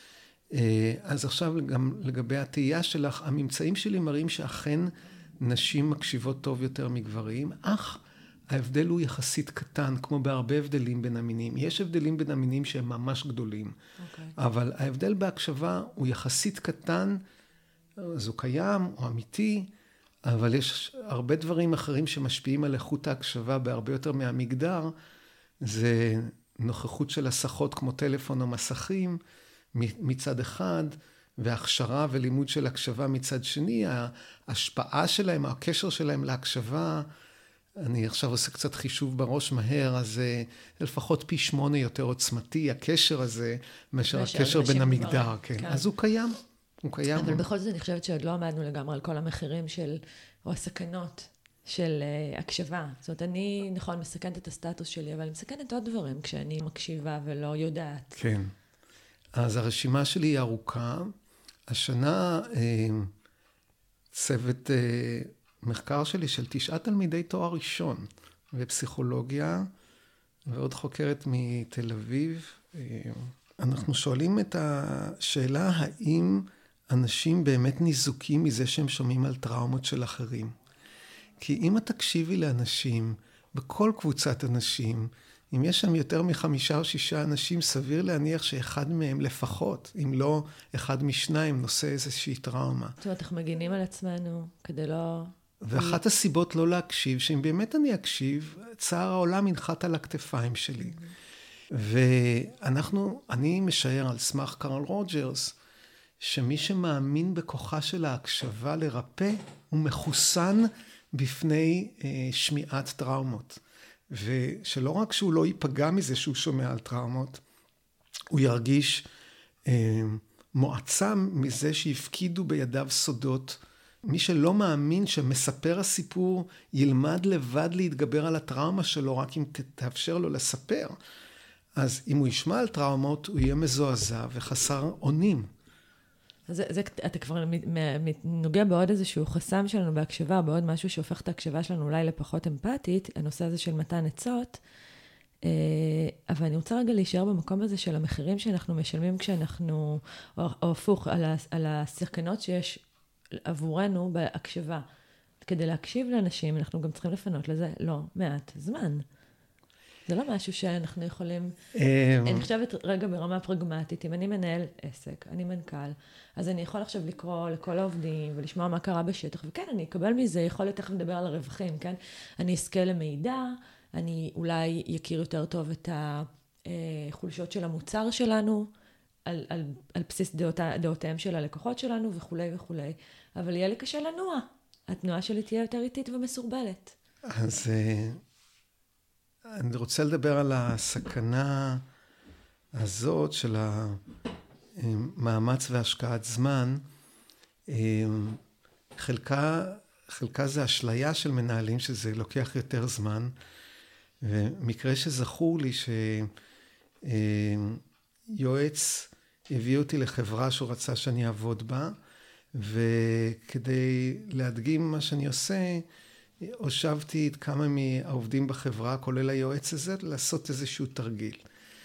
אז עכשיו גם לגבי התהייה שלך, הממצאים שלי מראים שאכן נשים מקשיבות טוב יותר מגברים, אך ההבדל הוא יחסית קטן, כמו בהרבה הבדלים בין המינים. יש הבדלים בין המינים שהם ממש גדולים, okay. אבל ההבדל בהקשבה הוא יחסית קטן, אז הוא קיים, הוא אמיתי, אבל יש הרבה דברים אחרים שמשפיעים על איכות ההקשבה בהרבה יותר מהמגדר, זה נוכחות של הסחות כמו טלפון או מסכים מצד אחד, והכשרה ולימוד של הקשבה מצד שני, ההשפעה שלהם, הקשר שלהם להקשבה, אני עכשיו עושה קצת חישוב בראש מהר, אז זה לפחות פי שמונה יותר עוצמתי, הקשר הזה, מאשר הקשר בין המגדר, כן. כן. אז הוא קיים, הוא קיים. אבל בכל זאת אני חושבת שעוד לא עמדנו לגמרי על כל המחירים של, או הסכנות של uh, הקשבה. זאת אומרת, אני, נכון, מסכנת את הסטטוס שלי, אבל אני מסכנת עוד דברים כשאני מקשיבה ולא יודעת. כן. אז הרשימה שלי היא ארוכה. השנה אה, צוות אה, מחקר שלי של תשעה תלמידי תואר ראשון בפסיכולוגיה, ועוד חוקרת מתל אביב. אה, אנחנו שואלים את השאלה האם אנשים באמת ניזוקים מזה שהם שומעים על טראומות של אחרים. כי אם את תקשיבי לאנשים, בכל קבוצת אנשים, אם יש שם יותר מחמישה או שישה אנשים, סביר להניח שאחד מהם לפחות, אם לא אחד משניים, נושא איזושהי טראומה. זאת אומרת, אנחנו מגינים על עצמנו כדי לא... ואחת הסיבות לא להקשיב, שאם באמת אני אקשיב, צער העולם ינחת על הכתפיים שלי. ואנחנו, אני משער על סמך קרל רוג'רס, שמי שמאמין בכוחה של ההקשבה לרפא, הוא מחוסן בפני אה, שמיעת טראומות. ושלא רק שהוא לא ייפגע מזה שהוא שומע על טראומות, הוא ירגיש אה, מועצם מזה שהפקידו בידיו סודות. מי שלא מאמין שמספר הסיפור ילמד לבד להתגבר על הטראומה שלו, רק אם תאפשר לו לספר. אז אם הוא ישמע על טראומות, הוא יהיה מזועזע וחסר אונים. אז זה, זה, אתה כבר נוגע בעוד איזשהו חסם שלנו בהקשבה, בעוד משהו שהופך את ההקשבה שלנו אולי לפחות אמפתית, הנושא הזה של מתן עצות, אבל אני רוצה רגע להישאר במקום הזה של המחירים שאנחנו משלמים כשאנחנו, או, או הפוך, על, ה, על הסכנות שיש עבורנו בהקשבה. כדי להקשיב לאנשים, אנחנו גם צריכים לפנות לזה לא מעט זמן. זה לא משהו שאנחנו יכולים... אני חושבת רגע ברמה פרגמטית, אם אני מנהל עסק, אני מנכ"ל, אז אני יכול עכשיו לקרוא לכל העובדים ולשמוע מה קרה בשטח, וכן, אני אקבל מזה, יכול להיות תכף לדבר על הרווחים, כן? אני אזכה למידע, אני אולי יכיר יותר טוב את החולשות של המוצר שלנו, על, על, על בסיס דעות, דעותיהם של הלקוחות שלנו וכו' וכו'. אבל יהיה לי קשה לנוע. התנועה שלי תהיה יותר איטית ומסורבלת. אז... אני רוצה לדבר על הסכנה הזאת של המאמץ והשקעת זמן. חלקה, חלקה זה אשליה של מנהלים שזה לוקח יותר זמן. ומקרה שזכור לי שיועץ הביא אותי לחברה שהוא רצה שאני אעבוד בה, וכדי להדגים מה שאני עושה, הושבתי את כמה מהעובדים בחברה, כולל היועץ הזה, לעשות איזשהו תרגיל.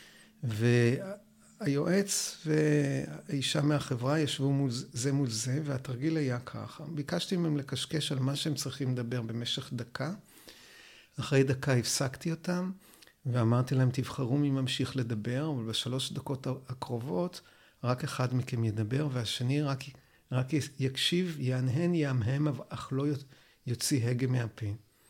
והיועץ והאישה מהחברה ישבו מול זה מול זה, והתרגיל היה ככה. ביקשתי מהם לקשקש על מה שהם צריכים לדבר במשך דקה. אחרי דקה הפסקתי אותם, ואמרתי להם, תבחרו מי ממשיך לדבר, אבל בשלוש דקות הקרובות, רק אחד מכם ידבר, והשני רק, רק יקשיב, יענהן, יעמהם, אך לא יוציא הגה מהפה.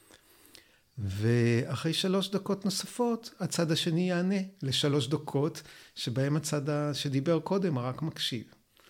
ואחרי שלוש דקות נוספות, הצד השני יענה לשלוש דקות, שבהם הצד שדיבר קודם רק מקשיב.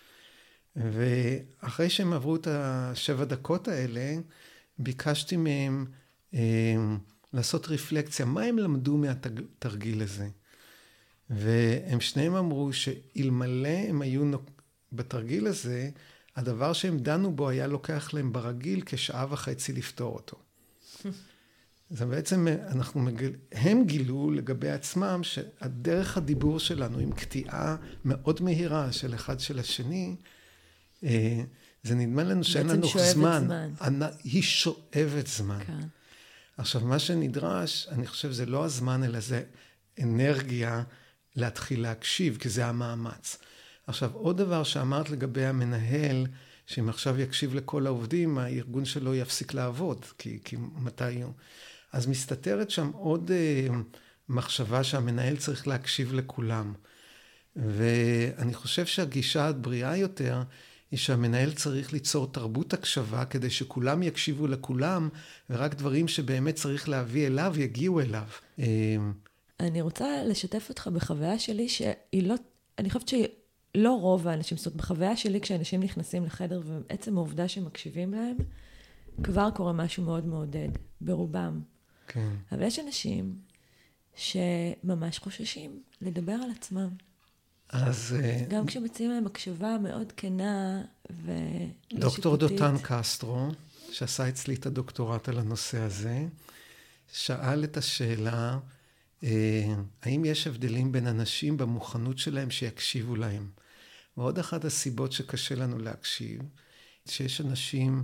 ואחרי שהם עברו את השבע דקות האלה, ביקשתי מהם אה, לעשות רפלקציה, מה הם למדו מהתרגיל הזה? והם שניהם אמרו שאלמלא הם היו בתרגיל הזה, הדבר שהם דנו בו היה לוקח להם ברגיל כשעה וחצי לפתור אותו. אז בעצם אנחנו מגל... הם גילו לגבי עצמם שהדרך הדיבור שלנו עם קטיעה מאוד מהירה של אחד של השני, זה נדמה לנו שאין לנו זמן. זמן. היא שואבת זמן. כן. עכשיו, מה שנדרש, אני חושב, זה לא הזמן, אלא זה אנרגיה להתחיל להקשיב, כי זה המאמץ. עכשיו, עוד דבר שאמרת לגבי המנהל, שאם עכשיו יקשיב לכל העובדים, הארגון שלו יפסיק לעבוד, כי, כי מתי הוא... אז מסתתרת שם עוד אה, מחשבה שהמנהל צריך להקשיב לכולם. ואני חושב שהגישה הבריאה יותר, היא שהמנהל צריך ליצור תרבות הקשבה, כדי שכולם יקשיבו לכולם, ורק דברים שבאמת צריך להביא אליו, יגיעו אליו. אני רוצה לשתף אותך בחוויה שלי, שהיא לא, אני חושבת שלא רוב האנשים, זאת אומרת, בחוויה שלי, כשאנשים נכנסים לחדר, ועצם העובדה שמקשיבים להם, כבר קורה משהו מאוד מעודד, ברובם. כן. אבל יש אנשים שממש חוששים לדבר על עצמם. אז... גם כשמציעים להם הקשבה מאוד כנה ושיפוטית. דוקטור דותן קסטרו, שעשה אצלי את הדוקטורט על הנושא הזה, שאל את השאלה, האם יש הבדלים בין אנשים במוכנות שלהם שיקשיבו להם? ועוד אחת הסיבות שקשה לנו להקשיב, שיש אנשים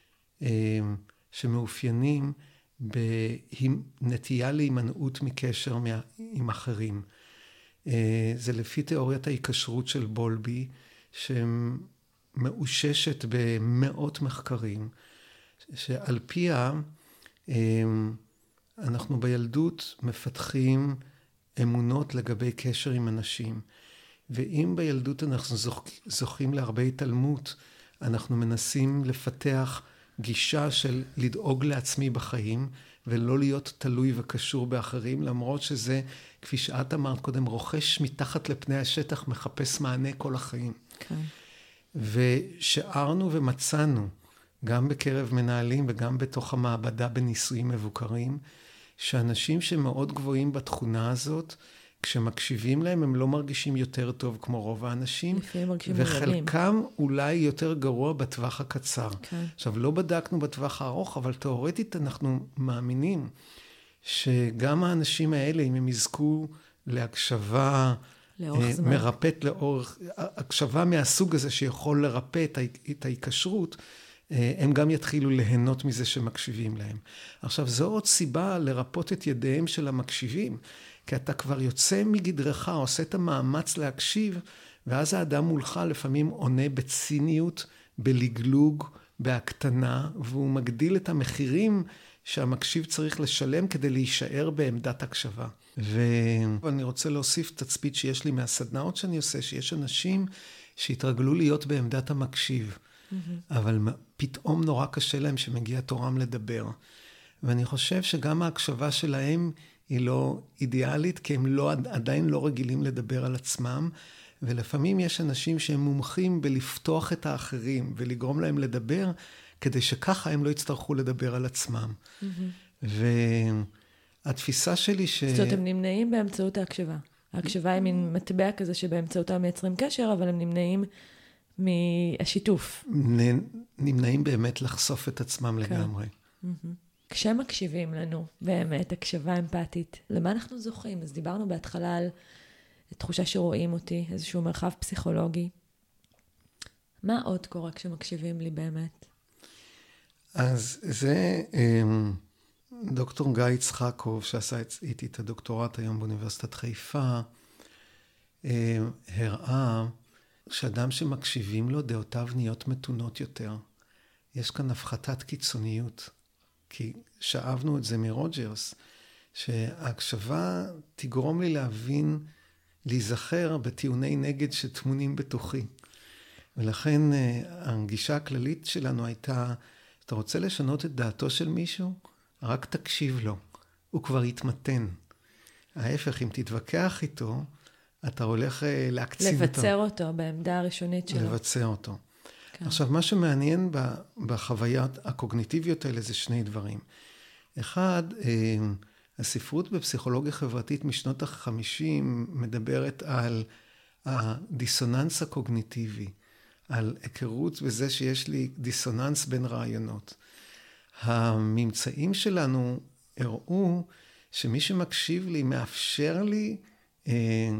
שמאופיינים בנטייה להימנעות מקשר עם אחרים. זה לפי תיאוריית ההיקשרות של בולבי, שמאוששת במאות מחקרים, שעל פיה אנחנו בילדות מפתחים אמונות לגבי קשר עם אנשים. ואם בילדות אנחנו זוכים להרבה התעלמות, אנחנו מנסים לפתח גישה של לדאוג לעצמי בחיים, ולא להיות תלוי וקשור באחרים, למרות שזה, כפי שאת אמרת קודם, רוכש מתחת לפני השטח, מחפש מענה כל החיים. כן. ושארנו ומצאנו, גם בקרב מנהלים וגם בתוך המעבדה בניסויים מבוקרים, שאנשים שמאוד גבוהים בתכונה הזאת, כשמקשיבים להם הם לא מרגישים יותר טוב כמו רוב האנשים, וחלקם מולדים. אולי יותר גרוע בטווח הקצר. כן. עכשיו, לא בדקנו בטווח הארוך, אבל תיאורטית אנחנו מאמינים שגם האנשים האלה, אם הם יזכו להקשבה מרפאת לאורך, הקשבה מהסוג הזה שיכול לרפא את ההיקשרות, הם גם יתחילו ליהנות מזה שמקשיבים להם. עכשיו, זו עוד סיבה לרפות את ידיהם של המקשיבים, כי אתה כבר יוצא מגדרך, עושה את המאמץ להקשיב, ואז האדם מולך לפעמים עונה בציניות, בלגלוג, בהקטנה, והוא מגדיל את המחירים שהמקשיב צריך לשלם כדי להישאר בעמדת הקשבה. ואני רוצה להוסיף תצפית שיש לי מהסדנאות שאני עושה, שיש אנשים שהתרגלו להיות בעמדת המקשיב, mm-hmm. אבל פתאום נורא קשה להם שמגיע תורם לדבר. ואני חושב שגם ההקשבה שלהם היא לא אידיאלית, כי הם לא, עדיין לא רגילים לדבר על עצמם, ולפעמים יש אנשים שהם מומחים בלפתוח את האחרים, ולגרום להם לדבר, כדי שככה הם לא יצטרכו לדבר על עצמם. Mm-hmm. והתפיסה שלי ש... זאת אומרת, הם נמנעים באמצעות ההקשבה. ההקשבה היא מין מטבע כזה שבאמצעותה מייצרים קשר, אבל הם נמנעים מהשיתוף. נמנעים באמת לחשוף את עצמם לגמרי. Mm-hmm. כשמקשיבים לנו, באמת, הקשבה אמפתית, למה אנחנו זוכים? אז דיברנו בהתחלה על תחושה שרואים אותי, איזשהו מרחב פסיכולוגי. מה עוד קורה כשמקשיבים לי באמת? אז זה דוקטור גיא יצחקוב, שעשה איתי את הדוקטורט היום באוניברסיטת חיפה, הראה שאדם שמקשיבים לו, דעותיו נהיות מתונות יותר. יש כאן הפחתת קיצוניות. כי שאבנו את זה מרוג'רס, שההקשבה תגרום לי להבין, להיזכר בטיעוני נגד שטמונים בתוכי. ולכן הגישה הכללית שלנו הייתה, אתה רוצה לשנות את דעתו של מישהו? רק תקשיב לו, הוא כבר יתמתן. ההפך, אם תתווכח איתו, אתה הולך להקצין אותו. לבצר אותו בעמדה הראשונית שלו. לבצר אותו. כן. עכשיו, מה שמעניין בחוויות הקוגניטיביות האלה זה שני דברים. אחד, הספרות בפסיכולוגיה חברתית משנות ה-חמישים מדברת על הדיסוננס הקוגניטיבי, על היכרות בזה שיש לי דיסוננס בין רעיונות. הממצאים שלנו הראו שמי שמקשיב לי מאפשר לי אה,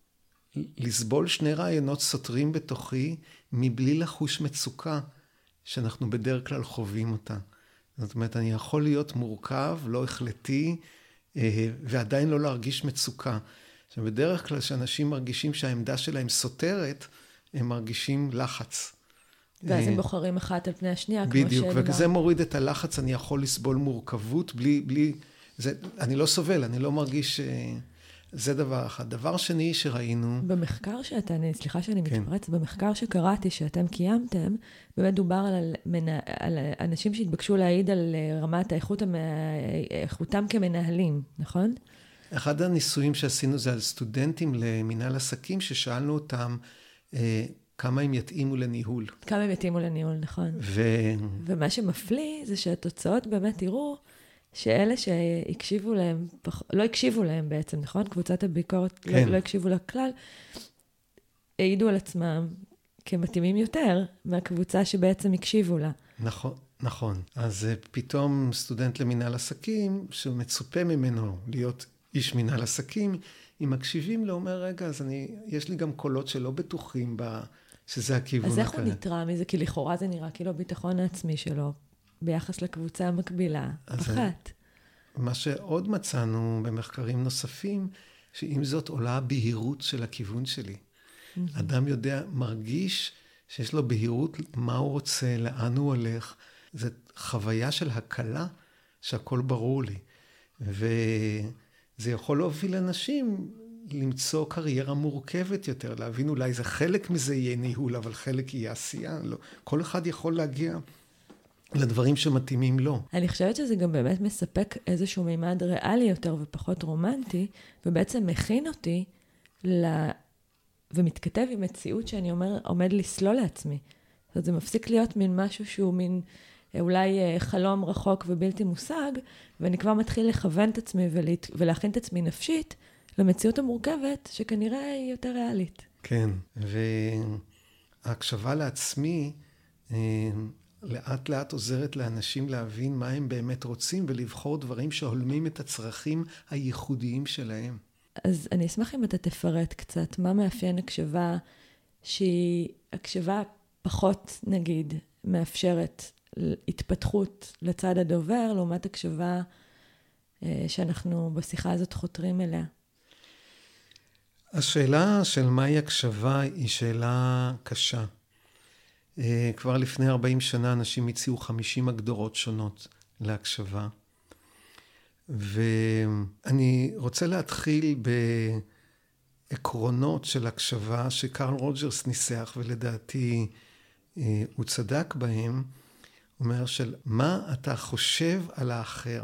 לסבול שני רעיונות סותרים בתוכי מבלי לחוש מצוקה שאנחנו בדרך כלל חווים אותה. זאת אומרת, אני יכול להיות מורכב, לא החלטי, אה, ועדיין לא להרגיש מצוקה. עכשיו, בדרך כלל שאנשים מרגישים שהעמדה שלהם סותרת, הם מרגישים לחץ. ואז הם בוחרים אחת על פני השנייה, כמו בדיוק, שדיבר. וזה מוריד את הלחץ, אני יכול לסבול מורכבות בלי, בלי, זה, אני לא סובל, אני לא מרגיש, זה דבר אחד. דבר שני שראינו... במחקר שאתה, סליחה שאני כן. מתפרץ, במחקר שקראתי שאתם קיימתם, באמת דובר על, מנה, על אנשים שהתבקשו להעיד על רמת האיכות, איכותם כמנהלים, נכון? אחד הניסויים שעשינו זה על סטודנטים למנהל עסקים, ששאלנו אותם אה, כמה הם יתאימו לניהול. כמה הם יתאימו לניהול, נכון. ו... ומה שמפליא זה שהתוצאות באמת תראו שאלה שהקשיבו להם, לא הקשיבו להם בעצם, נכון? קבוצת הביקורת כן. לא, לא הקשיבו לכלל, העידו על עצמם כמתאימים יותר מהקבוצה שבעצם הקשיבו לה. נכון, נכון. אז פתאום סטודנט למנהל עסקים, שמצופה ממנו להיות איש מנהל עסקים, אם מקשיבים לו, אומר, רגע, אז אני, יש לי גם קולות שלא בטוחים בה, שזה הכיוון. אז איך הוא נתרע מזה? כי לכאורה זה נראה כאילו הביטחון העצמי שלו, ביחס לקבוצה המקבילה, פחת. מה שעוד מצאנו במחקרים נוספים, שעם זאת עולה הבהירות של הכיוון שלי. אדם יודע, מרגיש שיש לו בהירות מה הוא רוצה, לאן הוא הולך. זו חוויה של הקלה שהכל ברור לי. וזה יכול להוביל אנשים למצוא קריירה מורכבת יותר, להבין אולי זה חלק מזה יהיה ניהול, אבל חלק יהיה עשייה. לא. כל אחד יכול להגיע לדברים שמתאימים לו. אני חושבת שזה גם באמת מספק איזשהו מימד ריאלי יותר ופחות רומנטי, ובעצם מכין אותי ל... ומתכתב עם מציאות שאני אומר, עומד לסלול לעצמי. זאת אומרת, זה מפסיק להיות מין משהו שהוא מין אולי חלום רחוק ובלתי מושג, ואני כבר מתחיל לכוון את עצמי ולהת... ולהכין את עצמי נפשית למציאות המורכבת, שכנראה היא יותר ריאלית. כן, וההקשבה לעצמי לאט לאט עוזרת לאנשים להבין מה הם באמת רוצים, ולבחור דברים שהולמים את הצרכים הייחודיים שלהם. אז אני אשמח אם אתה תפרט קצת, מה מאפיין הקשבה שהיא הקשבה פחות, נגיד, מאפשרת התפתחות לצד הדובר, לעומת הקשבה שאנחנו בשיחה הזאת חותרים אליה. השאלה של מהי הקשבה היא שאלה קשה. כבר לפני ארבעים שנה אנשים הציעו חמישים הגדרות שונות להקשבה. ואני רוצה להתחיל בעקרונות של הקשבה שקרל רוג'רס ניסח, ולדעתי הוא צדק בהם. הוא אומר של מה אתה חושב על האחר.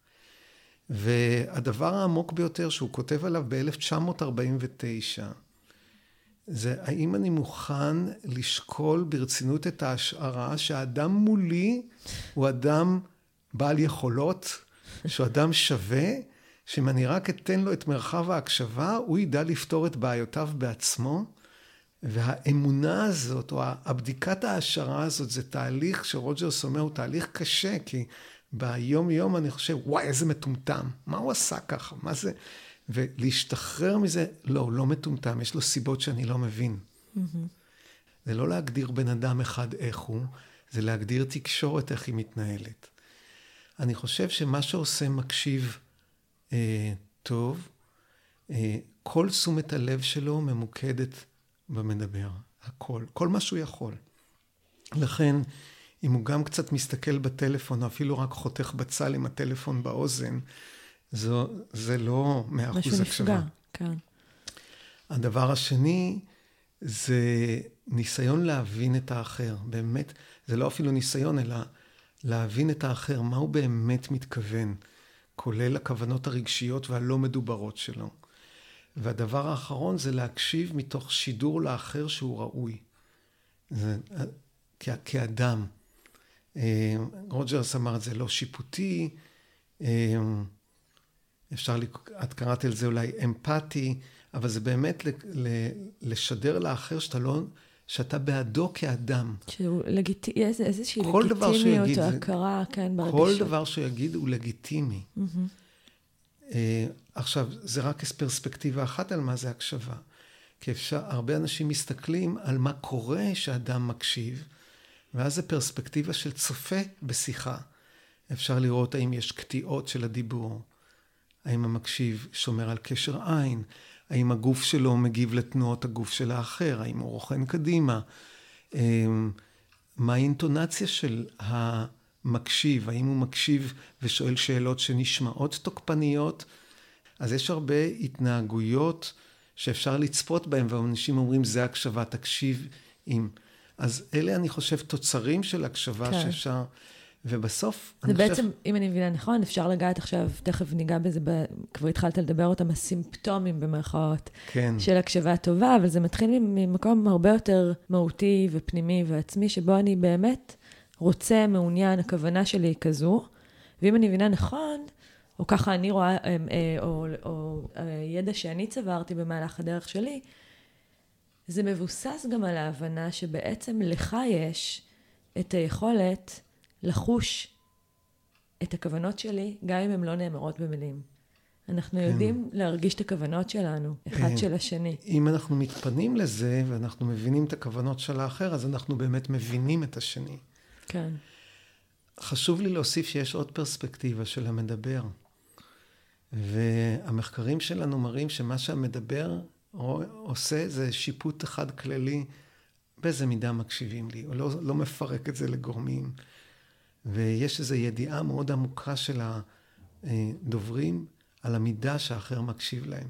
והדבר העמוק ביותר שהוא כותב עליו ב-אלף תשע מאות ארבעים ותשע, זה האם אני מוכן לשקול ברצינות את ההשערה שהאדם מולי הוא אדם בעל יכולות, שהוא אדם שווה, שאם אני רק אתן לו את מרחב ההקשבה, הוא ידע לפתור את בעיותיו בעצמו, והאמונה הזאת, או הבדיקת ההשערה הזאת, זה תהליך שרוג'רס אומר, הוא תהליך קשה, כי ביום יום אני חושב, וואי, איזה מטומטם, מה הוא עשה ככה, מה זה? ולהשתחרר מזה, לא, הוא לא מטומטם, יש לו סיבות שאני לא מבין. Mm-hmm. זה לא להגדיר בן אדם אחד איך הוא, זה להגדיר תקשורת איך היא מתנהלת. אני חושב שמה שעושה מקשיב אה, טוב, אה, כל תשומת הלב שלו ממוקדת במדבר, הכל, כל מה שהוא יכול. לכן, אם הוא גם קצת מסתכל בטלפון, או אפילו רק חותך בצל עם הטלפון באוזן, זו, זה לא מאה אחוז הקשבה. כן. הדבר השני, זה ניסיון להבין את האחר. באמת, זה לא אפילו ניסיון, אלא להבין את האחר, מה הוא באמת מתכוון, כולל הכוונות הרגשיות והלא מדוברות שלו. והדבר האחרון זה להקשיב מתוך שידור לאחר שהוא ראוי. זה, כ- כאדם. רוג'רס אמר את זה לא שיפוטי, אפשר, את קראת על זה אולי אמפתי, אבל זה באמת לשדר לאחר שאתה לא, שאתה בעדו כאדם. שהוא לגיט... איזושהי לגיטימיות או הכרה, כן, ברגישות. כל דבר שהוא יגיד הוא לגיטימי. Mm-hmm. עכשיו, זה רק פרספקטיבה אחת על מה זה הקשבה. כי אפשר, הרבה אנשים מסתכלים על מה קורה שאדם מקשיב, ואז זה פרספקטיבה של צופה בשיחה. אפשר לראות האם יש קטיעות של הדיבור, האם המקשיב שומר על קשר עין, האם הגוף שלו מגיב לתנועות הגוף של האחר, האם הוא רוכן קדימה, מה האינטונציה של המקשיב, האם הוא מקשיב ושואל שאלות שנשמעות תוקפניות. אז יש הרבה התנהגויות שאפשר לצפות בהן, ואנשים אומרים זה הקשבה, תקשיב עם. אז אלה אני חושב תוצרים של הקשבה כן. שאפשר, ובסוף זה בעצם, חושב... אם אני מבינה נכון, אפשר לגעת עכשיו, תכף ניגע בזה, ב... כבר התחלת לדבר אותם, הסימפטומים במרכאות כן. של הקשבה טובה, אבל זה מתחיל ממקום הרבה יותר מהותי ופנימי ועצמי, שבו אני באמת רוצה, מעוניין, הכוונה שלי היא כזו, ואם אני מבינה נכון, או ככה אני רואה, או, או, או ידע שאני צברתי במהלך הדרך שלי, זה מבוסס גם על ההבנה שבעצם לך יש את היכולת לחוש את הכוונות שלי, גם אם הן לא נאמרות במילים. אנחנו כן. יודעים להרגיש את הכוונות שלנו, אחד כן. של השני. אם אנחנו מתפנים לזה, ואנחנו מבינים את הכוונות של האחר, אז אנחנו באמת מבינים את השני. כן. חשוב לי להוסיף שיש עוד פרספקטיבה של המדבר. והמחקרים שלנו מראים שמה שהמדבר עושה זה שיפוט אחד כללי, באיזה מידה מקשיבים לי, או לא, לא מפרק את זה לגורמים. ויש איזו ידיעה מאוד עמוקה של הדוברים על המידה שהאחר מקשיב להם,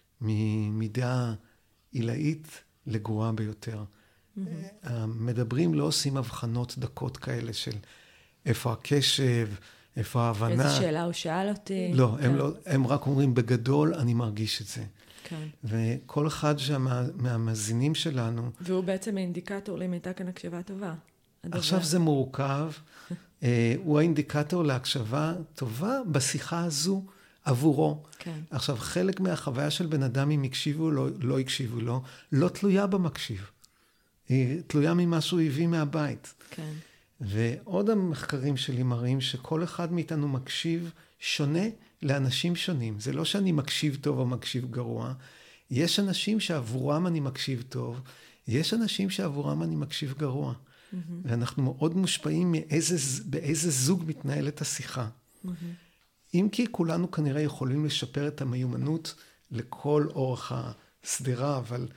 ממידה עילאית לגרועה ביותר. Mm-hmm. המדברים לא עושים הבחנות דקות כאלה של איפה הקשב, איפה ההבנה. איזו שאלה הוא שאל אותי. לא, כן. הם לא, הם רק אומרים בגדול אני מרגיש את זה. כן. וכל אחד שמה, מהמאזינים שלנו... והוא בעצם האינדיקטור למיטה כאן הקשבה טובה. הדבר. עכשיו זה מורכב. הוא האינדיקטור להקשבה טובה בשיחה הזו עבורו. כן. עכשיו, חלק מהחוויה של בן אדם, אם הקשיבו לו, לא הקשיבו לו, לא תלויה במקשיב. היא תלויה ממה שהוא הביא מהבית. כן. ועוד המחקרים שלי מראים שכל אחד מאיתנו מקשיב שונה לאנשים שונים. זה לא שאני מקשיב טוב או מקשיב גרוע. יש אנשים שעבורם אני מקשיב טוב, יש אנשים שעבורם אני מקשיב גרוע. Mm-hmm. ואנחנו מאוד מושפעים מאיזה, באיזה זוג מתנהלת השיחה. Mm-hmm. אם כי כולנו כנראה יכולים לשפר את המיומנות לכל אורך הסדרה, אבל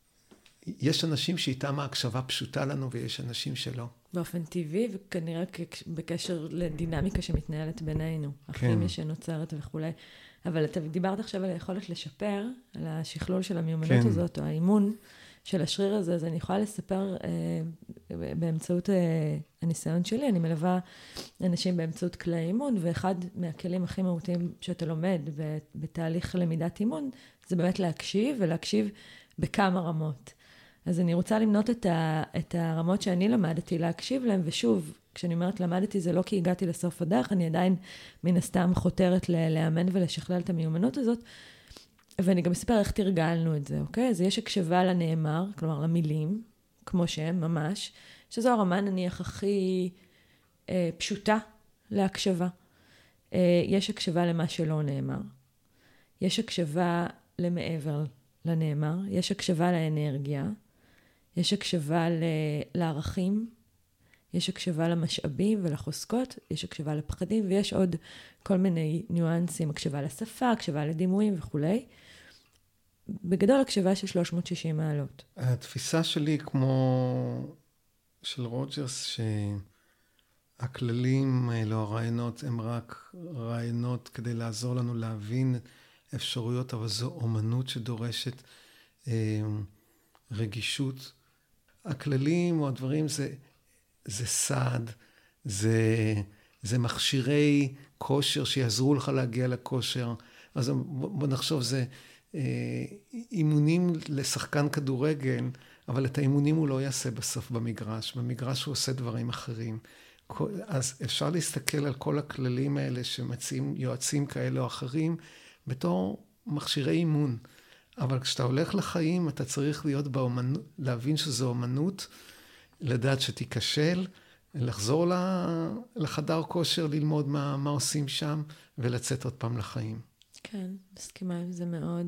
יש אנשים שאיתם ההקשבה פשוטה לנו ויש אנשים שלא. באופן טבעי, וכנראה בקשר לדינמיקה שמתנהלת בינינו, הכימיה שנוצרת וכו'. אבל אתה דיברת עכשיו על היכולת לשפר, על השכלול של המיומנות כן. הזאת, או האימון של השריר הזה, אז אני יכולה לספר אה, באמצעות אה, הניסיון שלי, אני מלווה אנשים באמצעות כלי אימון, ואחד מהכלים הכי מהותיים שאתה לומד בתהליך למידת אימון, זה באמת להקשיב, ולהקשיב בכמה רמות. אז אני רוצה למנות את, ה, את הרמות שאני למדתי, להקשיב להם, ושוב, כשאני אומרת למדתי, זה לא כי הגעתי לסוף הדרך, אני עדיין מן הסתם חותרת לאמן ולשכלל את המיומנות הזאת, ואני גם אספר איך תרגלנו את זה, אוקיי? אז יש הקשבה לנאמר, כלומר למילים, כמו שהם ממש, שזו הרמה נניח הכי אה, פשוטה להקשבה. אה, יש הקשבה למה שלא נאמר. יש הקשבה למעבר לנאמר. יש הקשבה לאנרגיה. יש הקשבה ל- לערכים. יש הקשבה למשאבים ולחוזקות. יש הקשבה לפחדים, ויש עוד כל מיני ניואנסים, הקשבה לשפה, הקשבה לדימויים וכולי. בגדול הקשבה של שלוש מאות ושישים מעלות. התפיסה שלי כמו של רוג'רס, שהכללים האלו, הרעיונות, הם רק רעיונות כדי לעזור לנו להבין אפשרויות, אבל זו אומנות שדורשת אה, רגישות. הכללים או הדברים זה, זה סעד, זה, זה מכשירי כושר שיעזרו לך להגיע לכושר. אז בוא, בוא נחשוב, זה אימונים לשחקן כדורגל, אבל את האימונים הוא לא יעשה בסוף במגרש. במגרש הוא עושה דברים אחרים. אז אפשר להסתכל על כל הכללים האלה שמציעים יועצים כאלה או אחרים בתור מכשירי אימון. אבל כשאתה הולך לחיים, אתה צריך להיות באומנות, להבין שזו אומנות, לדעת שתיכשל, לחזור לחדר כושר, ללמוד מה, מה עושים שם, ולצאת עוד פעם לחיים. כן, מסכימה עם זה מאוד.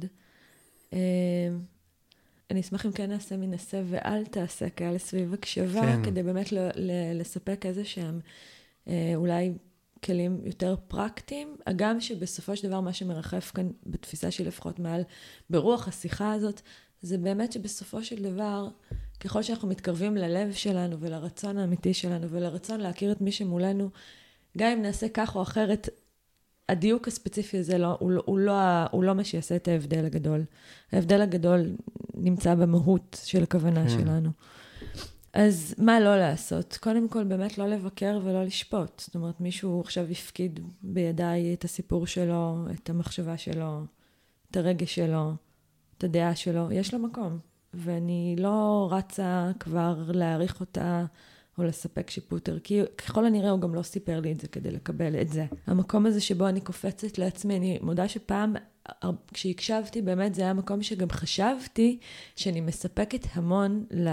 אני אשמח אם כן נעשה מנסה ואל תעשה כאלה סביב הקשבה, כן. כדי באמת ל- ל- לספק איזה שהם אולי כלים יותר פרקטיים, הגם שבסופו של דבר מה שמרחף כאן בתפיסה שלי לפחות מעל ברוח השיחה הזאת, זה באמת שבסופו של דבר, ככל שאנחנו מתקרבים ללב שלנו ולרצון האמיתי שלנו ולרצון להכיר את מי שמולנו, גם אם נעשה כך או אחרת, הדיוק הספציפי הזה לא, הוא, הוא, לא, הוא לא מה שיעשה את ההבדל הגדול. ההבדל הגדול נמצא במהות של הכוונה mm. שלנו. אז מה לא לעשות? קודם כל באמת לא לבקר ולא לשפוט. זאת אומרת, מישהו עכשיו יפקיד בידיי את הסיפור שלו, את המחשבה שלו, את הרגש שלו, את הדעה שלו. יש לו מקום. ואני לא רצה כבר להעריך אותה או לספק שיפוט ערכי. ככל הנראה הוא גם לא סיפר לי את זה כדי לקבל את זה. המקום הזה שבו אני קופצת לעצמי, אני מודה שפעם כשהקשבתי באמת זה היה מקום שגם חשבתי שאני מספקת המון ל...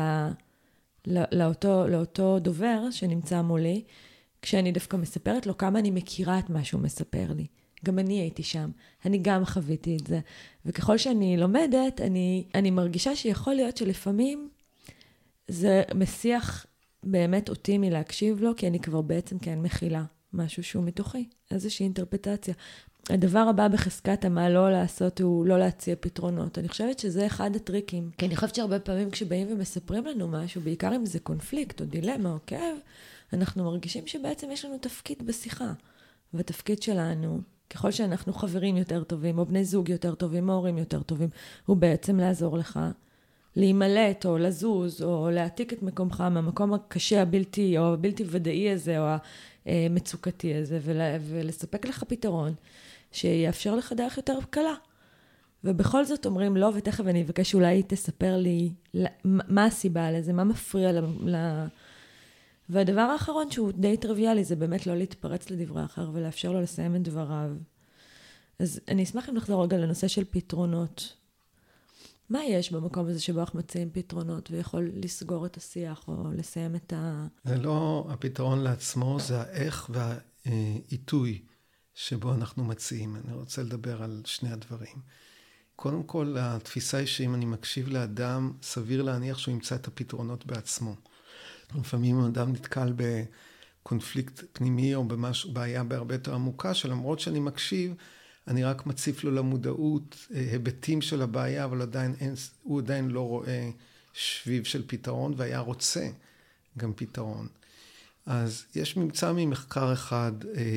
לאותו, לאותו דובר שנמצא מולי, כשאני דווקא מספרת לו כמה אני מכירה את מה שהוא מספר לי. גם אני הייתי שם, אני גם חוויתי את זה. וככל שאני לומדת, אני, אני מרגישה שיכול להיות שלפעמים זה מסיח באמת אותי מלהקשיב לו, כי אני כבר בעצם כן מכילה משהו שהוא מתוכי, איזושהי אינטרפטציה. הדבר הבא בחזקת מה לא לעשות הוא לא להציע פתרונות. אני חושבת שזה אחד הטריקים. כי אני חושבת שהרבה פעמים כשבאים ומספרים לנו משהו, בעיקר אם זה קונפליקט או דילמה או כאב, אנחנו מרגישים שבעצם יש לנו תפקיד בשיחה. והתפקיד שלנו, ככל שאנחנו חברים יותר טובים, או בני זוג יותר טובים, או הורים יותר טובים, הוא בעצם לעזור לך להימלט או לזוז, או להעתיק את מקומך מהמקום הקשה הבלתי, או הבלתי ודאי הזה, או המצוקתי הזה, ולספק לך פתרון. שיאפשר לך דרך יותר קלה. ובכל זאת אומרים לא, ותכף אני אבקש שאולי תספר לי מה הסיבה לזה, מה מפריע ל... והדבר האחרון שהוא די טריוויאלי, זה באמת לא להתפרץ לדברי אחר, ולאפשר לו לסיים את דבריו. אז אני אשמח אם נחזור רגע לנושא של פתרונות. מה יש במקום הזה שבו אנחנו מציעים פתרונות, ויכול לסגור את השיח, או לסיים את ה... זה לא הפתרון לעצמו, זה האיך והעיתוי. שבו אנחנו מציעים. אני רוצה לדבר על שני הדברים. קודם כל, התפיסה היא שאם אני מקשיב לאדם, סביר להניח שהוא ימצא את הפתרונות בעצמו. לפעמים אדם נתקל בקונפליקט פנימי או במשהו, בעיה בהרבה יותר עמוקה, שלמרות שאני מקשיב, אני רק מציף לו למודעות, היבטים של הבעיה, אבל עדיין אין, הוא עדיין לא רואה שביב של פתרון, והיה רוצה גם פתרון. אז יש ממצא ממחקר אחד,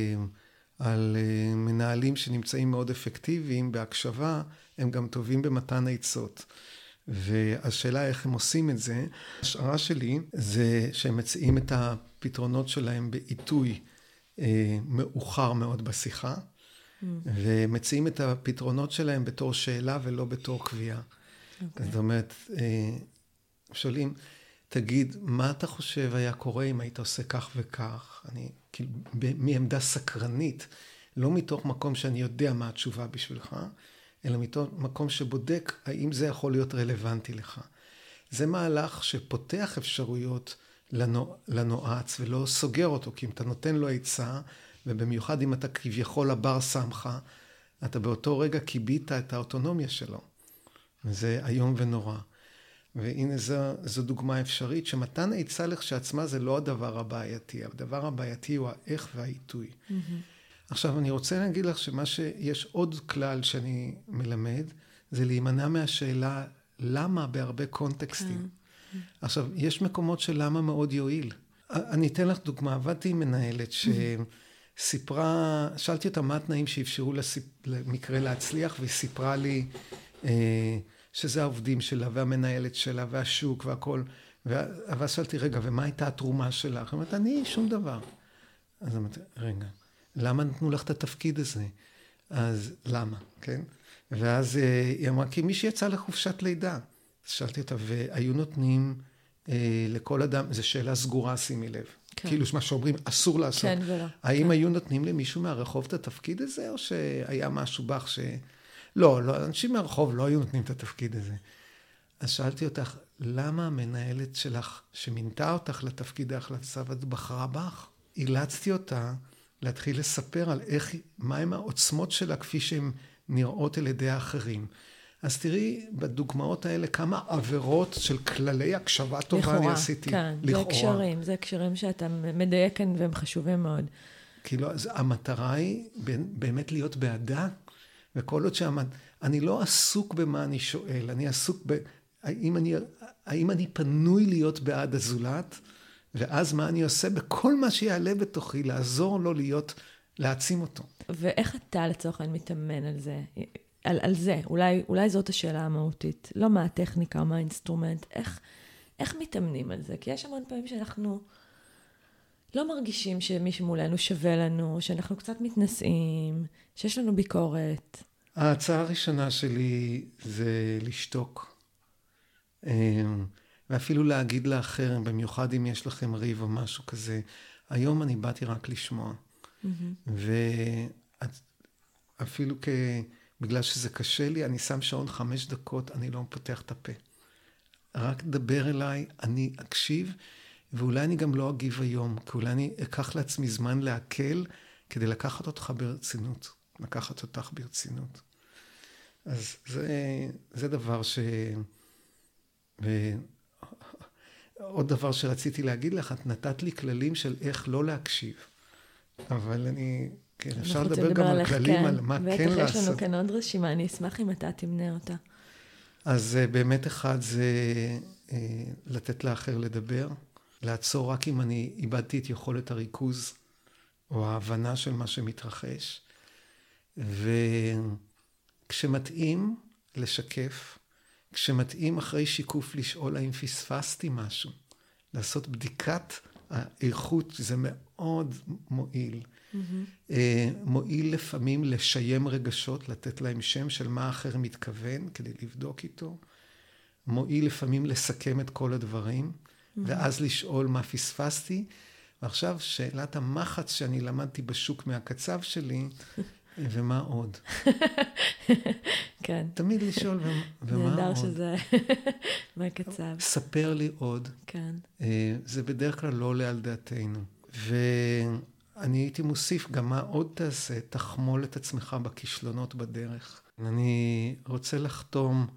על מנהלים שנמצאים מאוד אפקטיביים בהקשבה, הם גם טובים במתן עצות. והשאלה איך הם עושים את זה, השערה שלי זה שהם מציעים את הפתרונות שלהם בעיתוי אה, מאוחר מאוד בשיחה, mm. ומציעים את הפתרונות שלהם בתור שאלה ולא בתור קביעה. Okay. זאת אומרת, אה, שואלים, תגיד, מה אתה חושב היה קורה אם היית עושה כך וכך? אני, כאילו, מעמדה סקרנית, לא מתוך מקום שאני יודע מה התשובה בשבילך, אלא מתוך מקום שבודק האם זה יכול להיות רלוונטי לך. זה מהלך שפותח אפשרויות לנועץ ולא סוגר אותו, כי אם אתה נותן לו עצה, ובמיוחד אם אתה כביכול הבר שמך, אתה באותו רגע קיבית את האוטונומיה שלו. וזה איום ונורא. והנה זו, זו דוגמה אפשרית, שמתן עצה לכשעצמה זה לא הדבר הבעייתי, הדבר הבעייתי הוא האיך והעיתוי. Mm-hmm. עכשיו אני רוצה להגיד לך שמה שיש עוד כלל שאני מלמד, זה להימנע מהשאלה למה בהרבה קונטקסטים. Mm-hmm. עכשיו, יש מקומות של למה מאוד יועיל. אני אתן לך דוגמה, עבדתי עם מנהלת שסיפרה, שאלתי אותה מה התנאים שאפשרו לסיפ... למקרה להצליח, והיא סיפרה לי... אה, שזה העובדים שלה והמנהלת שלה והשוק והכל. ואז שאלתי, רגע, ומה הייתה התרומה שלך? היא אומרת, אני שום דבר. אז אמרתי, רגע, למה נתנו לך את התפקיד הזה? אז למה, כן? ואז היא אמרה, כי מי שיצא לחופשת לידה. שאלתי אותה, והיו נותנים אה, לכל אדם, זו שאלה סגורה, שימי לב. כן. כאילו מה שאומרים, אסור לעשות. כן ולא. האם כן. היו נותנים למישהו מהרחוב את התפקיד הזה, או שהיה משהו בך ש... לא, לא, אנשים מהרחוב לא היו נותנים את התפקיד הזה. אז שאלתי אותך, למה המנהלת שלך, שמינתה אותך לתפקיד ההחלטה, ואת בחרה בך? אילצתי אותה להתחיל לספר על איך, מהם העוצמות שלה, כפי שהן נראות על ידי האחרים. אז תראי בדוגמאות האלה כמה עבירות של כללי הקשבה טובה לכאורה, אני עשיתי. כן, לכאורה. זה הקשרים, זה הקשרים שאתה מדייק כאן והם חשובים מאוד. כאילו, אז המטרה היא באמת להיות בעדה, וכל עוד שהמד... אני לא עסוק במה אני שואל, אני עסוק ב... האם אני, האם אני פנוי להיות בעד הזולת, ואז מה אני עושה בכל מה שיעלה בתוכי, לעזור לו להיות, להעצים אותו. ואיך אתה לצורך העניין מתאמן על זה? על, על זה, אולי, אולי זאת השאלה המהותית. לא מה הטכניקה או מה האינסטרומנט, איך, איך מתאמנים על זה? כי יש המון פעמים שאנחנו לא מרגישים שמישהו מולנו שווה לנו, שאנחנו קצת מתנשאים, שיש לנו ביקורת. ההצעה הראשונה שלי זה לשתוק. ואפילו להגיד לאחר, במיוחד אם יש לכם ריב או משהו כזה, היום אני באתי רק לשמוע. Mm-hmm. ואפילו כ... בגלל שזה קשה לי, אני שם שעון חמש דקות, אני לא פותח את הפה. רק דבר אליי, אני אקשיב, ואולי אני גם לא אגיב היום, כי אולי אני אקח לעצמי זמן להקל, כדי לקחת אותך ברצינות, לקחת אותך ברצינות. אז זה, זה דבר ש... ועוד דבר שרציתי להגיד לך, את נתת לי כללים של איך לא להקשיב. אבל אני... כן, אפשר לדבר גם על כללים, על מה כן לעשות. בטח יש לנו כאן עוד רשימה, אני אשמח אם אתה תמנה אותה. אז באמת אחד זה לתת לאחר לדבר, לעצור רק אם אני איבדתי את יכולת הריכוז, או ההבנה של מה שמתרחש. וכשמתאים לשקף, כשמתאים אחרי שיקוף לשאול האם פספסתי משהו, לעשות בדיקת האיכות, זה מאוד מועיל. Mm-hmm. מועיל לפעמים לשיים רגשות, לתת להם שם של מה אחר מתכוון, כדי לבדוק איתו. מועיל לפעמים לסכם את כל הדברים, mm-hmm. ואז לשאול מה פספסתי. ועכשיו שאלת המחץ שאני למדתי בשוק מהקצב שלי, ומה עוד? כן. תמיד לשאול, ומה עוד? נהדר שזה מהקצב. ספר לי עוד. כן. זה בדרך כלל לא עולה על דעתנו. ואני הייתי מוסיף גם מה עוד תעשה, תחמול את עצמך בכישלונות בדרך. אני רוצה לחתום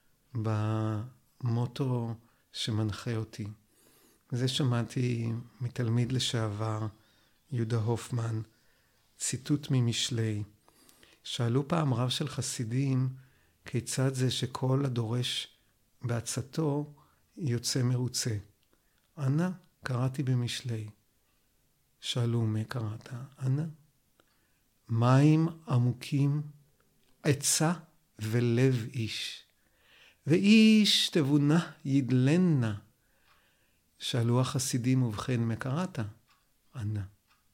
במוטו שמנחה אותי. זה שמעתי מתלמיד לשעבר, יהודה הופמן, ציטוט ממשלי. שאלו פעם רב של חסידים, כיצד זה שכל הדורש בעצתו יוצא מרוצה. ענה, קראתי במשלי. שאלו, מה קראת? ענה. מים עמוקים, עצה ולב איש. ואיש תבונה ידלנה. שאלו החסידים, ובכן, מה קראת? ענה.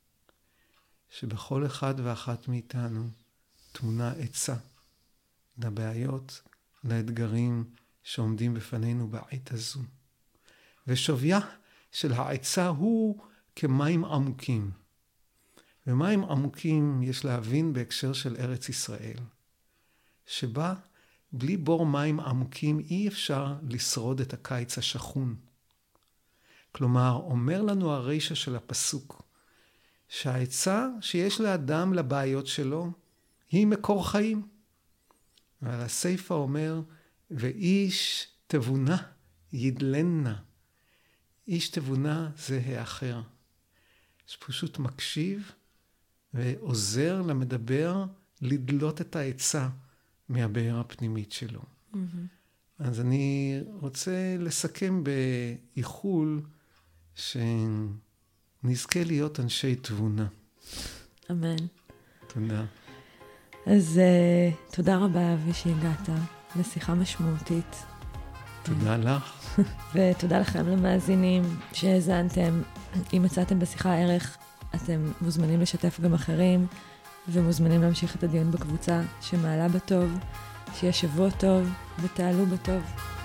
שבכל אחד ואחת מאיתנו תמונה עצה לבעיות, לאתגרים שעומדים בפנינו בעת הזו. ושוויה של העצה הוא כמים עמוקים. ומים עמוקים יש להבין בהקשר של ארץ ישראל, שבה בלי בור מים עמוקים אי אפשר לשרוד את הקיץ השכון. כלומר, אומר לנו הרישה של הפסוק, שהעצה שיש לאדם לבעיות שלו היא מקור חיים. ועל הסייפה אומר, ואיש תבונה ידלנה. איש תבונה זה האחר. שפשוט מקשיב ועוזר למדבר לדלות את העצה מהבאר הפנימית שלו. Mm-hmm. אז אני רוצה לסכם באיחול שנזכה להיות אנשי תבונה. אמן. תודה. אז uh, תודה רבה אבי שהגעת לשיחה משמעותית. תודה לך. ותודה לכם למאזינים שהאזנתם. אם מצאתם בשיחה ערך, אתם מוזמנים לשתף גם אחרים, ומוזמנים להמשיך את הדיון בקבוצה שמעלה בטוב, שיהיה שבוע טוב ותעלו בטוב.